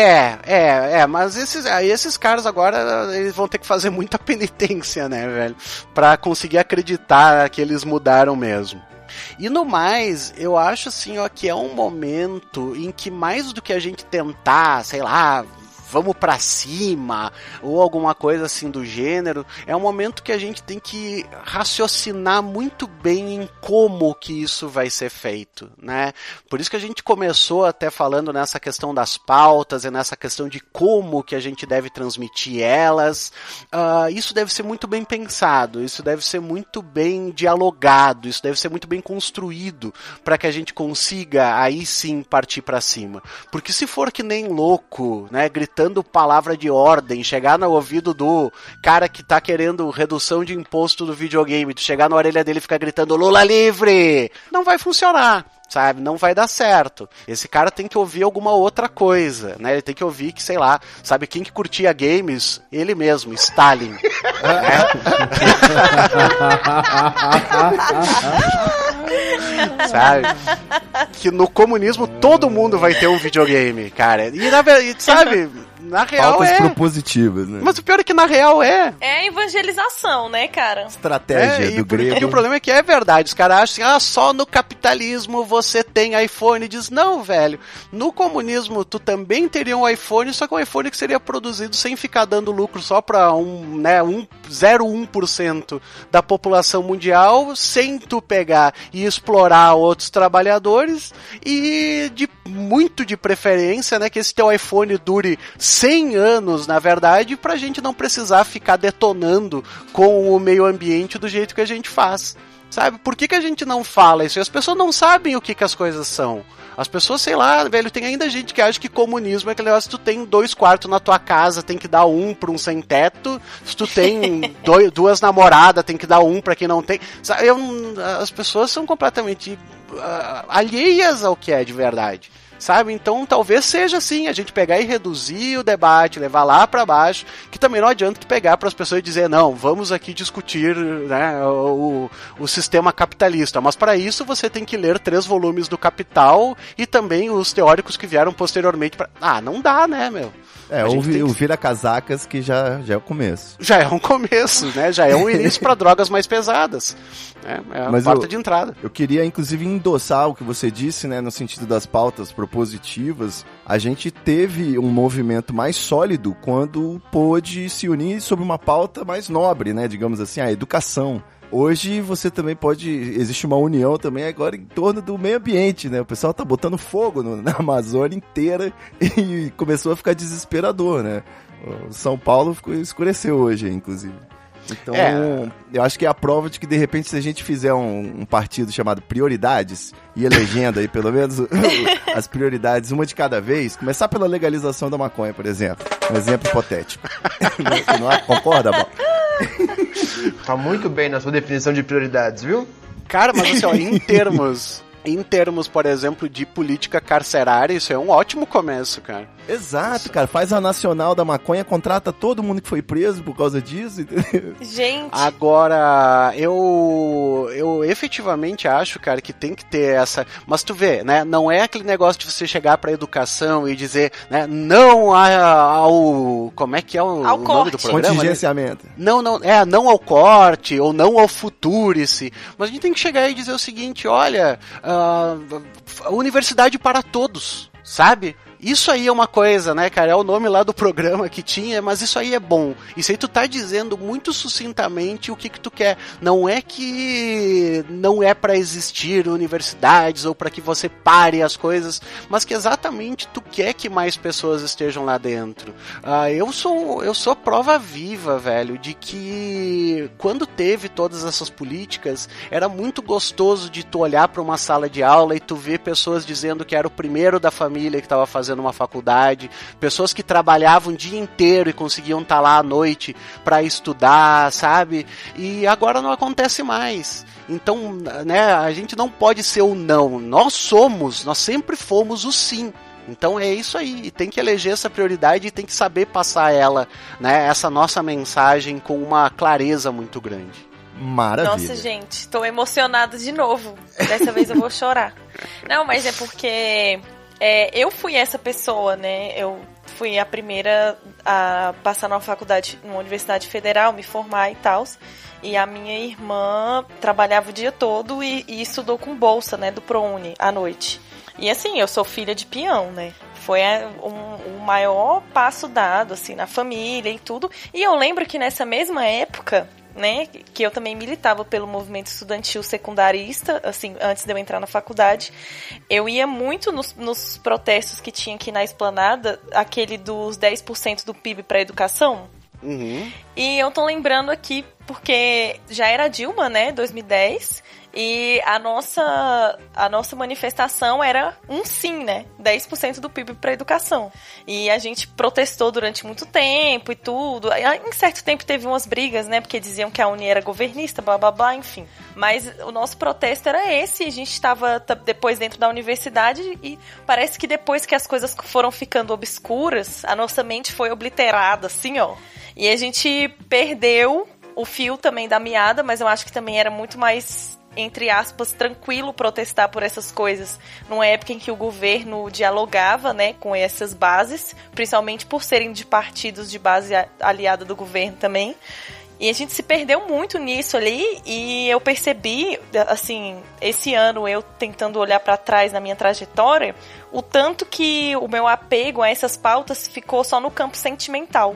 Mas esses caras agora, eles vão ter que fazer muita penitência, né, velho? Pra conseguir acreditar que eles mudaram mesmo. E no mais, eu acho assim, que é um momento em que mais do que a gente tentar, sei lá, vamos pra cima, ou alguma coisa assim do gênero, é um momento que a gente tem que raciocinar muito bem em como que isso vai ser feito, né? Por isso que a gente começou até falando nessa questão das pautas e nessa questão de como que a gente deve transmitir elas. Isso deve ser muito bem pensado, isso deve ser muito bem dialogado, isso deve ser muito bem construído para que a gente consiga aí sim partir pra cima. Porque se for que nem louco, né, gritando palavra de ordem, chegar no ouvido do cara que tá querendo redução de imposto do videogame, tu chegar na orelha dele e ficar gritando Lula livre, não vai funcionar, sabe? Não vai dar certo. Esse cara tem que ouvir alguma outra coisa, né? Ele tem que ouvir que, sei lá, sabe quem que curtia games? Ele mesmo, Stalin. Né? Sabe? Que no comunismo todo mundo vai ter um videogame, cara. E na verdade, sabe... Na real pautas propositivas, né? Mas o pior é que na real é evangelização, né, cara? Estratégia do grego. E o problema é que é verdade. Os caras acham assim, só no capitalismo você tem iPhone. Diz, não, velho. No comunismo tu também teria um iPhone, só que um iPhone que seria produzido sem ficar dando lucro só pra 1% 0,1% da população mundial, sem tu pegar e explorar outros trabalhadores, e muito de preferência, né, que esse teu iPhone dure 100 anos, na verdade, pra gente não precisar ficar detonando com o meio ambiente do jeito que a gente faz. Sabe? Por que a gente não fala isso? E as pessoas não sabem o que as coisas são. As pessoas, sei lá, velho, tem ainda gente que acha que comunismo é aquele negócio, se tu tem 2 quartos na tua casa, tem que dar 1 pra um sem teto. Se tu tem 2 namoradas, tem que dar 1 pra quem não tem. Sabe? As pessoas são completamente alheias ao que é de verdade. Sabe? Então talvez seja assim, a gente pegar e reduzir o debate, levar lá pra baixo, que também não adianta tu pegar para as pessoas e dizer, não, vamos aqui discutir, né, o sistema capitalista, mas para isso você tem que ler 3 volumes do Capital e também os teóricos que vieram posteriormente pra... não dá, né, meu? O vira-casacas que já é o começo. Já é um começo, né? Já é um início para drogas mais pesadas. É a porta de entrada. Eu queria, inclusive, endossar o que você disse, né? No sentido das pautas propositivas. A gente teve um movimento mais sólido quando pôde se unir sobre uma pauta mais nobre, né? Digamos assim, a educação. Hoje você também existe uma união também agora em torno do meio ambiente, né? O pessoal tá botando fogo na Amazônia inteira e começou a ficar desesperador, né? O São Paulo escureceu hoje, inclusive. Então, eu acho que é a prova de que, de repente, se a gente fizer um partido chamado Prioridades e elegendo aí, pelo menos, as prioridades, uma de cada vez, começar pela legalização da maconha, por exemplo. Um exemplo hipotético. Não concorda, Bob? Tá muito bem na sua definição de prioridades, viu? Cara, mas assim, ó, em termos, por exemplo, de política carcerária, isso é um ótimo começo, cara. Exato, cara. Faz a nacional da maconha, contrata todo mundo que foi preso por causa disso. Gente. Agora, eu efetivamente acho, cara, que tem que ter essa... Mas tu vê, né? Não é aquele negócio de você chegar pra educação e dizer, né? Não ao... Como é que é o nome do programa? Contingenciamento. Né? Não ao corte ou não ao futurice. Mas a gente tem que chegar e dizer o seguinte, olha... universidade para todos, sabe? Isso aí é uma coisa, né, cara? É o nome lá do programa que tinha, mas isso aí é bom. Isso aí tu tá dizendo muito sucintamente o que tu quer. Não é que não é pra existir universidades ou pra que você pare as coisas, mas que exatamente tu quer que mais pessoas estejam lá dentro. Eu sou prova viva, velho, de que quando teve todas essas políticas, era muito gostoso de tu olhar pra uma sala de aula e tu ver pessoas dizendo que era o primeiro da família que tava fazendo uma faculdade, pessoas que trabalhavam o dia inteiro e conseguiam estar lá à noite para estudar, sabe? E agora não acontece mais. Então, né, a gente não pode ser o não. Nós sempre fomos o sim. Então é isso aí, tem que eleger essa prioridade e tem que saber passar ela, né, essa nossa mensagem com uma clareza muito grande. Maravilha. Nossa, gente, tô emocionada de novo. Dessa vez eu vou chorar. Não, mas é porque... eu fui essa pessoa, né? Eu fui a primeira a passar numa faculdade, numa universidade federal, me formar e tal. E a minha irmã trabalhava o dia todo e estudou com bolsa, né? Do ProUni, à noite. E assim, eu sou filha de peão, né? Foi um maior passo dado, assim, na família e tudo. E eu lembro que nessa mesma época... né, que eu também militava pelo movimento estudantil secundarista, assim, antes de eu entrar na faculdade, eu ia muito nos protestos que tinha aqui na Esplanada, aquele dos 10% do PIB para educação. Uhum. E eu tô lembrando aqui, porque já era Dilma, né, 2010, e a nossa manifestação era um sim, né? 10% do PIB para educação. E a gente protestou durante muito tempo e tudo. Em certo tempo teve umas brigas, né? Porque diziam que a Uni era governista, blá, blá, blá, enfim. Mas o nosso protesto era esse. A gente estava depois dentro da universidade e parece que depois que as coisas foram ficando obscuras, a nossa mente foi obliterada, assim, ó. E a gente perdeu o fio também da meada, mas eu acho que também era muito mais... entre aspas, tranquilo protestar por essas coisas numa época em que o governo dialogava, né, com essas bases, principalmente por serem de partidos de base aliada do governo também. E a gente se perdeu muito nisso ali e eu percebi, assim, esse ano eu tentando olhar para trás na minha trajetória, o tanto que o meu apego a essas pautas ficou só no campo sentimental.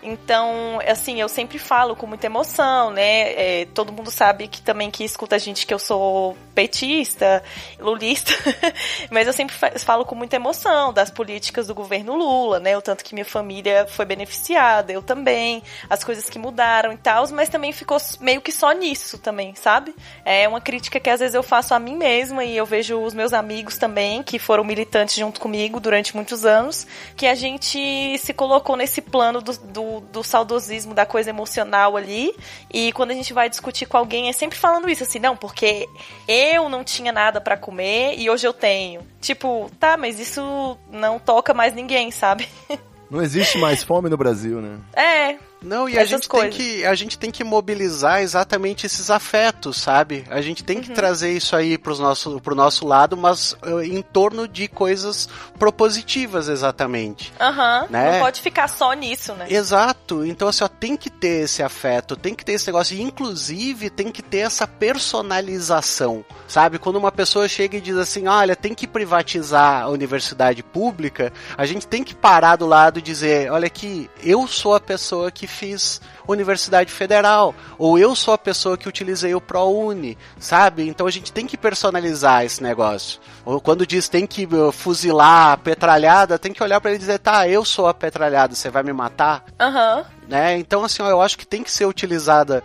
Então, assim, eu sempre falo com muita emoção, né? Todo mundo sabe que também que escuta a gente que eu sou petista, lulista, mas eu sempre falo com muita emoção das políticas do governo Lula, né? O tanto que minha família foi beneficiada, eu também, as coisas que mudaram e tal, mas também ficou meio que só nisso também, sabe? É uma crítica que às vezes eu faço a mim mesma e eu vejo os meus amigos também, que foram militantes junto comigo durante muitos anos, que a gente se colocou nesse plano do saudosismo, da coisa emocional ali, e quando a gente vai discutir com alguém é sempre falando isso, assim, não, porque eu não tinha nada pra comer e hoje eu tenho. Tipo, tá, mas isso não toca mais ninguém, sabe? Não existe mais fome no Brasil, né? Não, e a gente tem que mobilizar exatamente esses afetos, sabe? A gente tem que trazer isso aí pro nosso lado, mas em torno de coisas propositivas, exatamente. Né? Não pode ficar só nisso, né? Exato. Então, assim, ó, tem que ter esse afeto, tem que ter esse negócio, e inclusive tem que ter essa personalização, sabe? Quando uma pessoa chega e diz assim, olha, tem que privatizar a universidade pública, a gente tem que parar do lado e dizer, olha aqui, eu sou a pessoa que fiz Universidade Federal, ou eu sou a pessoa que utilizei o ProUni, sabe? Então a gente tem que personalizar esse negócio. Ou quando diz tem que fuzilar a petralhada, tem que olhar pra ele e dizer, tá, eu sou a petralhada, você vai me matar? Né? Então, assim, ó, eu acho que tem que ser utilizada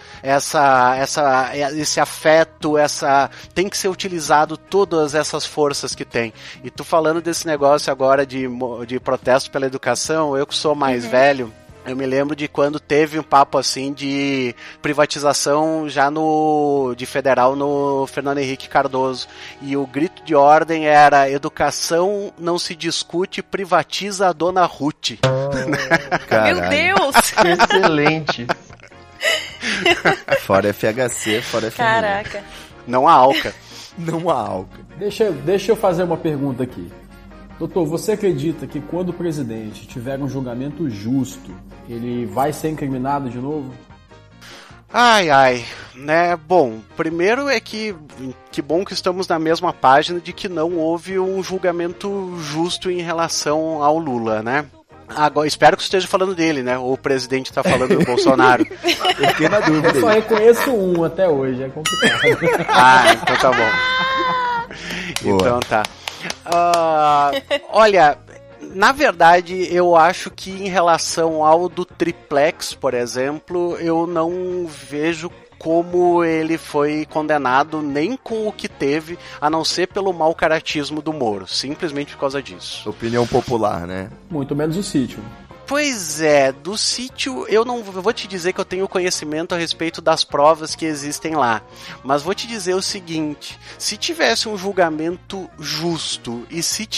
esse afeto, tem que ser utilizado todas essas forças que tem. E tu falando desse negócio agora de protesto pela educação, eu que sou mais velho, eu me lembro de quando teve um papo assim de privatização já de federal no Fernando Henrique Cardoso. E o grito de ordem era: educação não se discute, privatiza a dona Ruth. Meu Deus! Excelente. Fora FHC, fora FHC. Caraca. Não há Alca. Não há Alca. Deixa eu fazer uma pergunta aqui. Doutor, você acredita que quando o presidente tiver um julgamento justo, ele vai ser incriminado de novo? Ai, né? Bom, primeiro é que bom que estamos na mesma página de que não houve um julgamento justo em relação ao Lula, né? Agora, espero que você esteja falando dele, né? Ou o presidente está falando do Bolsonaro. Eu fiquei na dúvida. Eu só reconheço um até hoje, é complicado. Então tá bom. Então tá. Olha, na verdade, eu acho que em relação ao do triplex, por exemplo, eu não vejo como ele foi condenado nem com o que teve, a não ser pelo mau caratismo do Moro, simplesmente por causa disso. Opinião popular, né? Muito menos o sítio. Pois é, do sítio eu vou te dizer que eu tenho conhecimento a respeito das provas que existem lá, mas vou te dizer o seguinte: se tivesse um julgamento justo e se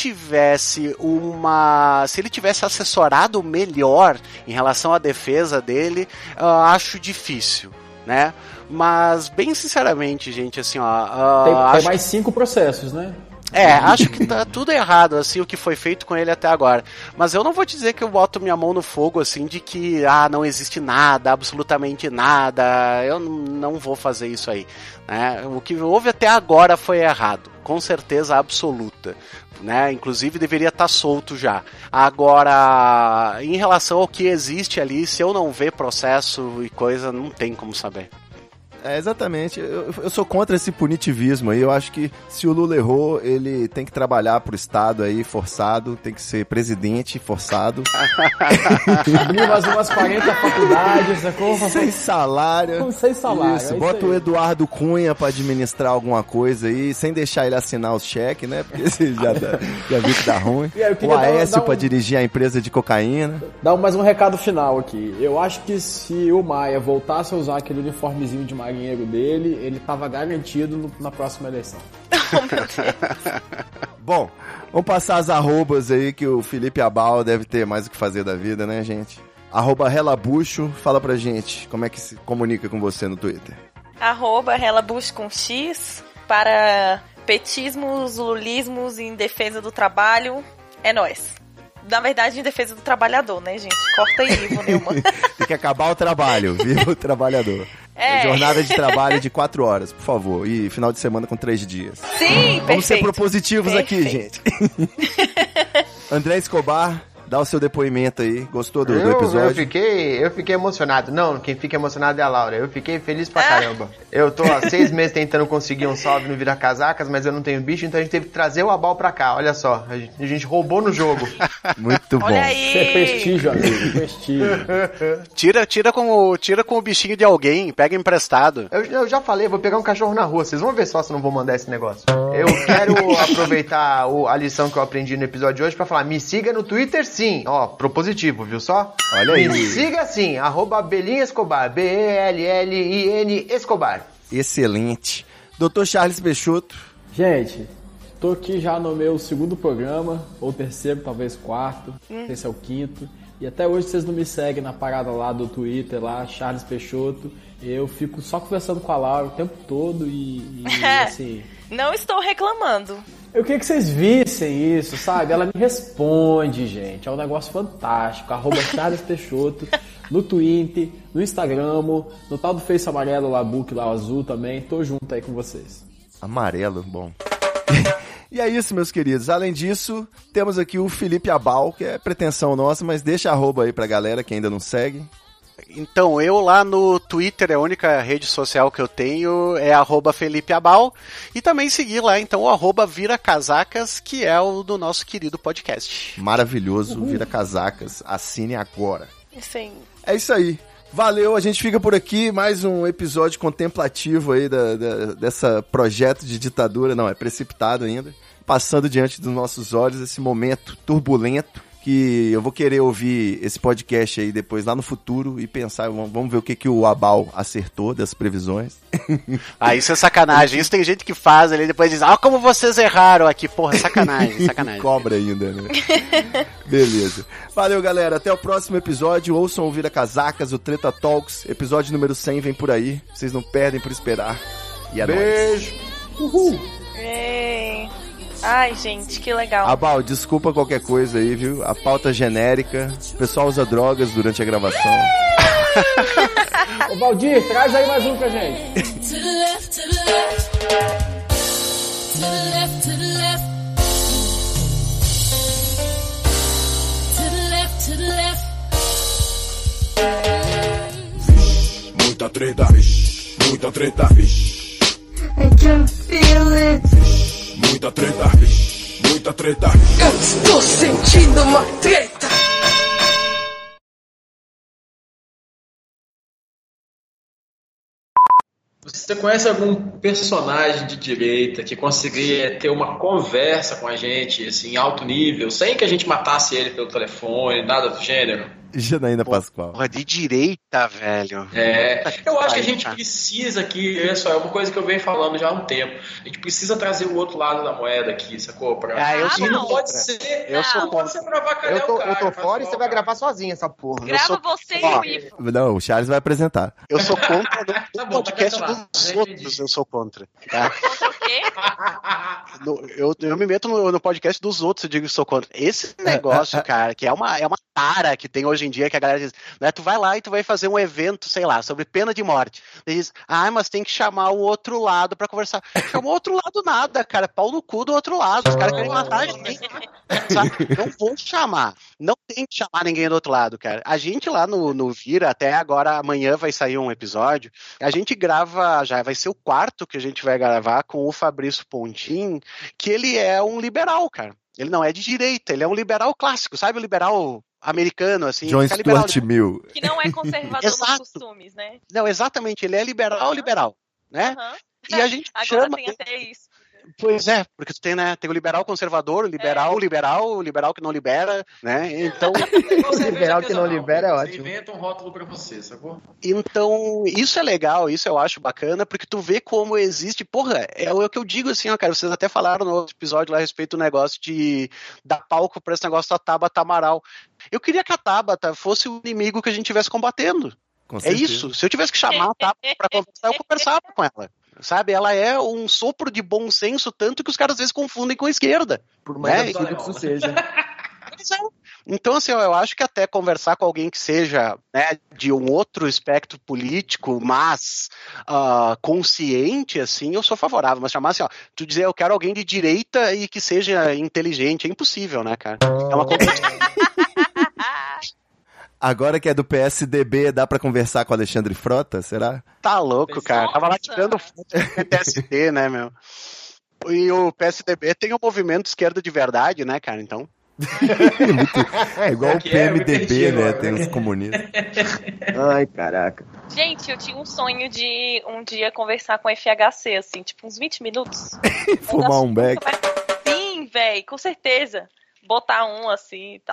ele tivesse assessorado melhor em relação à defesa dele, acho difícil, né? Mas bem sinceramente, gente, assim, ó, tem mais 5 processos, né? Acho que tá tudo errado, assim, o que foi feito com ele até agora. Mas eu não vou dizer que eu boto minha mão no fogo, assim, de que, não existe nada, absolutamente nada. Eu não vou fazer isso aí, né? O que houve até agora foi errado, com certeza absoluta, né? Inclusive deveria estar solto já. Agora, em relação ao que existe ali, se eu não ver processo e coisa, não tem como saber. Exatamente, eu sou contra esse punitivismo aí. Eu acho que se o Lula errou, ele tem que trabalhar pro Estado aí, forçado, tem que ser presidente forçado. Abrir umas 40 faculdades, sem salário. Sem salário. Isso, bota o Eduardo Cunha pra administrar alguma coisa aí, sem deixar ele assinar os cheques, né? Porque você já viu que dá ruim. O Aécio pra dirigir a empresa de cocaína. Dá mais um recado final aqui. Eu acho que se o Maia voltasse a usar aquele uniformezinho de marinheiro dele, ele tava garantido na próxima eleição. Oh, meu Deus. Bom, vamos passar as arrobas aí, que o Felipe Abal deve ter mais o que fazer da vida, né, gente? @Relabucho, fala pra gente como é que se comunica com você no Twitter. @Relabucho com X, para petismos, lulismos em defesa do trabalho, é nóis. Na verdade, em defesa do trabalhador, né, gente? Corta aí, Ivo Neumann. Tem que acabar o trabalho, viva o trabalhador. Jornada de trabalho de 4 horas, por favor. E final de semana com 3 dias. Sim, Vamos ser propositivos aqui, gente. André Escobar, Dá o seu depoimento aí. Gostou do episódio? Eu fiquei emocionado. Não, quem fica emocionado é a Laura. Eu fiquei feliz pra caramba. Eu tô há 6 meses tentando conseguir um salve no Vira Casacas, mas eu não tenho bicho, então a gente teve que trazer o Abal pra cá. Olha só, a gente roubou no jogo. Muito bom. Olha aí. Isso é prestígio, amigo. Prestígio. Tira com o bichinho de alguém, pega emprestado. Eu já falei, vou pegar um cachorro na rua. Vocês vão ver só se eu não vou mandar esse negócio. Eu quero aproveitar a lição que eu aprendi no episódio de hoje pra falar, me siga no Twitter sim. Ó, propositivo, viu só? Olha aí. Me siga sim, @Belin Escobar, BELLIN Escobar. Excelente. Dr. Charles Peixoto. Gente, tô aqui já no meu 2º programa, ou 3º, talvez 4º, não sei se é o 5º. E até hoje vocês não me seguem na parada lá do Twitter, lá, Charles Peixoto. Eu fico só conversando com a Laura o tempo todo e assim... Não estou reclamando. Eu queria que vocês vissem isso, sabe? Ela me responde, gente. É um negócio fantástico. @Charles Peixoto, no Twitter, no Instagram, no tal do Face amarelo lá, book lá, azul também. Tô junto aí com vocês. Amarelo, bom. E é isso, meus queridos. Além disso, temos aqui o Felipe Abal, que é pretensão nossa, mas deixa @ aí pra galera que ainda não segue. Então, eu lá no Twitter, a única rede social que eu tenho é @FelipeAbal. E também seguir lá, então, o @ViraCasacas, que é o do nosso querido podcast. Maravilhoso, Vira Casacas. Assine agora. Sim. É isso aí. Valeu, a gente fica por aqui. Mais um episódio contemplativo aí dessa projeto de ditadura. Não, é precipitado ainda. Passando diante dos nossos olhos esse momento turbulento. Que eu vou querer ouvir esse podcast aí depois lá no futuro e pensar, vamos ver o que o Abal acertou das previsões. Ah, isso é sacanagem. Isso tem gente que faz ali e depois diz, como vocês erraram aqui. Porra, sacanagem, sacanagem. Cobra ainda, né? Beleza. Valeu, galera. Até o próximo episódio. Ouçam o Vira Casacas, o Treta Talks. Episódio número 100 vem por aí. Vocês não perdem por esperar. E é Beijo. Nóis. Uhul. Ei. Ai, gente, que legal. Abal, desculpa qualquer coisa aí, viu? A pauta genérica. O pessoal usa drogas durante a gravação. Ô, Valdir, traz aí mais um pra gente. To the left, to the left. To the left, to the left. To the left, to the left. Muita treta, vixe, muita treta, vixe. I can feel it. Muita treta, vixe, muita treta. Eu estou sentindo uma treta. Você conhece algum personagem de direita que conseguiria ter uma conversa com a gente, assim, em alto nível, sem que a gente matasse ele pelo telefone, nada do gênero? Janaína Pascoal. Porra, de direita, velho. Eu acho que a gente precisa aqui, olha só, é uma coisa que eu venho falando já há um tempo. A gente precisa trazer o outro lado da moeda aqui, sacou? Não pode ser. Eu sou não pode ser pra avacalhar o cara. Eu tô fora e você vai gravar sozinho essa porra. Grava você e o Ivo. Não, o Charles vai apresentar. Eu sou contra Tá o bom, podcast tá dos outros, eu sou contra. Tá? Contra o quê? Eu me meto no podcast dos outros, eu digo que sou contra. Esse negócio, cara, que é uma tara que tem hoje em dia, que a galera diz, né, tu vai lá e tu vai fazer um evento, sei lá, sobre pena de morte. Ele diz, mas tem que chamar o outro lado pra conversar. Chama o outro lado nada, cara, pau no cu do outro lado, os caras querem matar a gente, sabe? Não vou chamar, não tem que chamar ninguém do outro lado, cara. A gente lá no Vira, até agora, amanhã vai sair um episódio, a gente grava, já vai ser o 4º que a gente vai gravar com o Fabrício Pontin, que ele é um liberal, cara. Ele não é de direita, ele é um liberal clássico, sabe? O liberal americano, assim. John Stuart Mill. Que não é conservador nos costumes, né? Não, exatamente, ele é liberal, né? E a gente agora chama... tem até isso. Pois é, porque tu tem, né? Tem o liberal conservador, o liberal que não libera, né? Então... liberal que não libera é ótimo. Você inventa um rótulo pra você, sacou? Então, isso é legal, isso eu acho bacana, porque tu vê como existe... Porra, é o que eu digo assim, ó, cara, vocês até falaram no outro episódio lá a respeito do negócio de dar palco pra esse negócio da Tabata Amaral. Eu queria que a Tabata fosse o inimigo que a gente estivesse combatendo. É isso. Se eu tivesse que chamar a Tabata pra conversar, eu conversava com ela. Sabe, ela é um sopro de bom senso, tanto que os caras às vezes confundem com a esquerda. Por mais absurdo que isso seja. Então, assim, eu acho que até conversar com alguém que seja, né, de um outro espectro político, mas consciente, assim, eu sou favorável. Mas chamar assim, ó, tu dizer eu quero alguém de direita e que seja inteligente, é impossível, né, cara? É uma competição. Agora que é do PSDB, dá pra conversar com o Alexandre Frota, será? Tá louco, cara. Tava lá tirando foto do PTSD, né, meu? E o PSDB tem um movimento esquerda de verdade, né, cara? Então... É igual o PMDB, né? Tem uns comunistas. Ai, caraca. Gente, eu tinha um sonho de um dia conversar com a FHC, assim, tipo uns 20 minutos. Fumar um beck. Sim, velho, com certeza. Botar um assim e tal.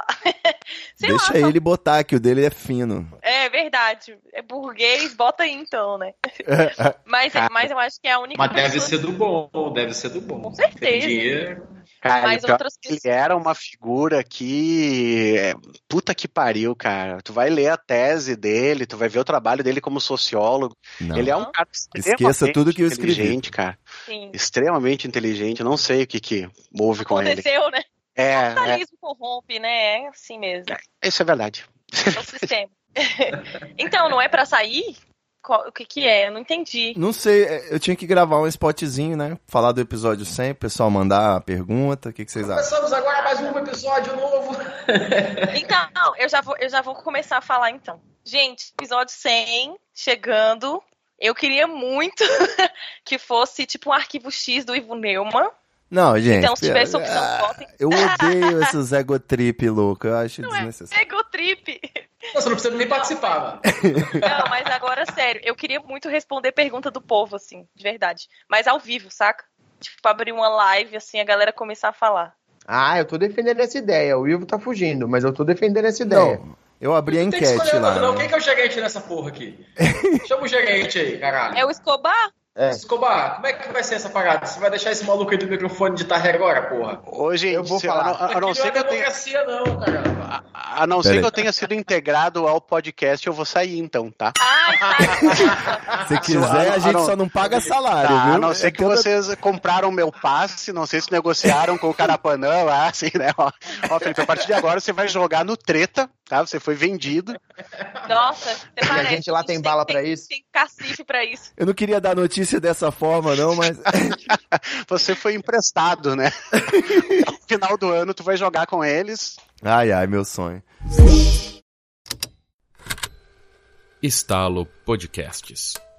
Deixa ele botar, que o dele é fino. É verdade. É burguês, bota aí então, né? Mas eu acho que é a única Mas deve ser do bom, deve ser do bom. Com certeza. Tem dinheiro. Cara, Mas outras ele era uma figura que... Puta que pariu, cara. Tu vai ler a tese dele, tu vai ver o trabalho dele como sociólogo. Não. Ele é um cara Esqueça tudo que eu escrevi. Inteligente, cara. Sim. Extremamente inteligente. Eu não sei o que houve com ele. Aconteceu, né? O É, capitalismo corrompe, né? É assim mesmo. isso é verdade. É o sistema. Então, não é pra sair? O que é? Eu não entendi. Não sei, eu tinha que gravar um spotzinho, né? Falar do episódio 100, o pessoal mandar a pergunta, o que vocês acham? Começamos agora mais um episódio novo. Então, eu já vou começar a falar então. Gente, episódio 100, chegando. Eu queria muito que fosse tipo um arquivo X do Ivo Neumann. Não, gente. Então, se tivesse opção, votem. Eu odeio esses egotrip louco, eu acho desnecessário. Egotrip. Você não precisa nem participar, mano. Não, mas agora, sério, eu queria muito responder pergunta do povo, assim, de verdade. Mas ao vivo, saca? Tipo, abrir uma live, assim, a galera começar a falar. Ah, eu tô defendendo essa ideia. O Ivo tá fugindo, mas eu tô defendendo essa ideia. Não, eu abri a Tem que enquete escolher, lá. Não, né? quem que é o gerente nessa porra aqui? Chama o gerente aí, caralho. É o Escobar? Escobar, como é que vai ser essa parada? Você vai deixar esse maluco aí do microfone de tarre agora, porra? Hoje, Eu vou falar. a não ser que eu tenha... não, cara. A não ser que eu tenha sido integrado ao podcast, eu vou sair então, tá? Ai, tá. Se quiser, a gente só não paga salário, Tá, viu? a não ser que vocês compraram meu passe, não sei se negociaram com o Carapanã lá, assim, né? Ó, Felipe, a partir de agora você vai jogar no Treta, tá? Você foi vendido. Nossa, você E a gente lá tem bala pra isso? Tem cacife pra isso. Eu não queria dar notícia dessa forma, não, mas... Você foi emprestado, né? No final do ano tu vai jogar com eles. Ai, ai, meu sonho. Estalo Podcasts.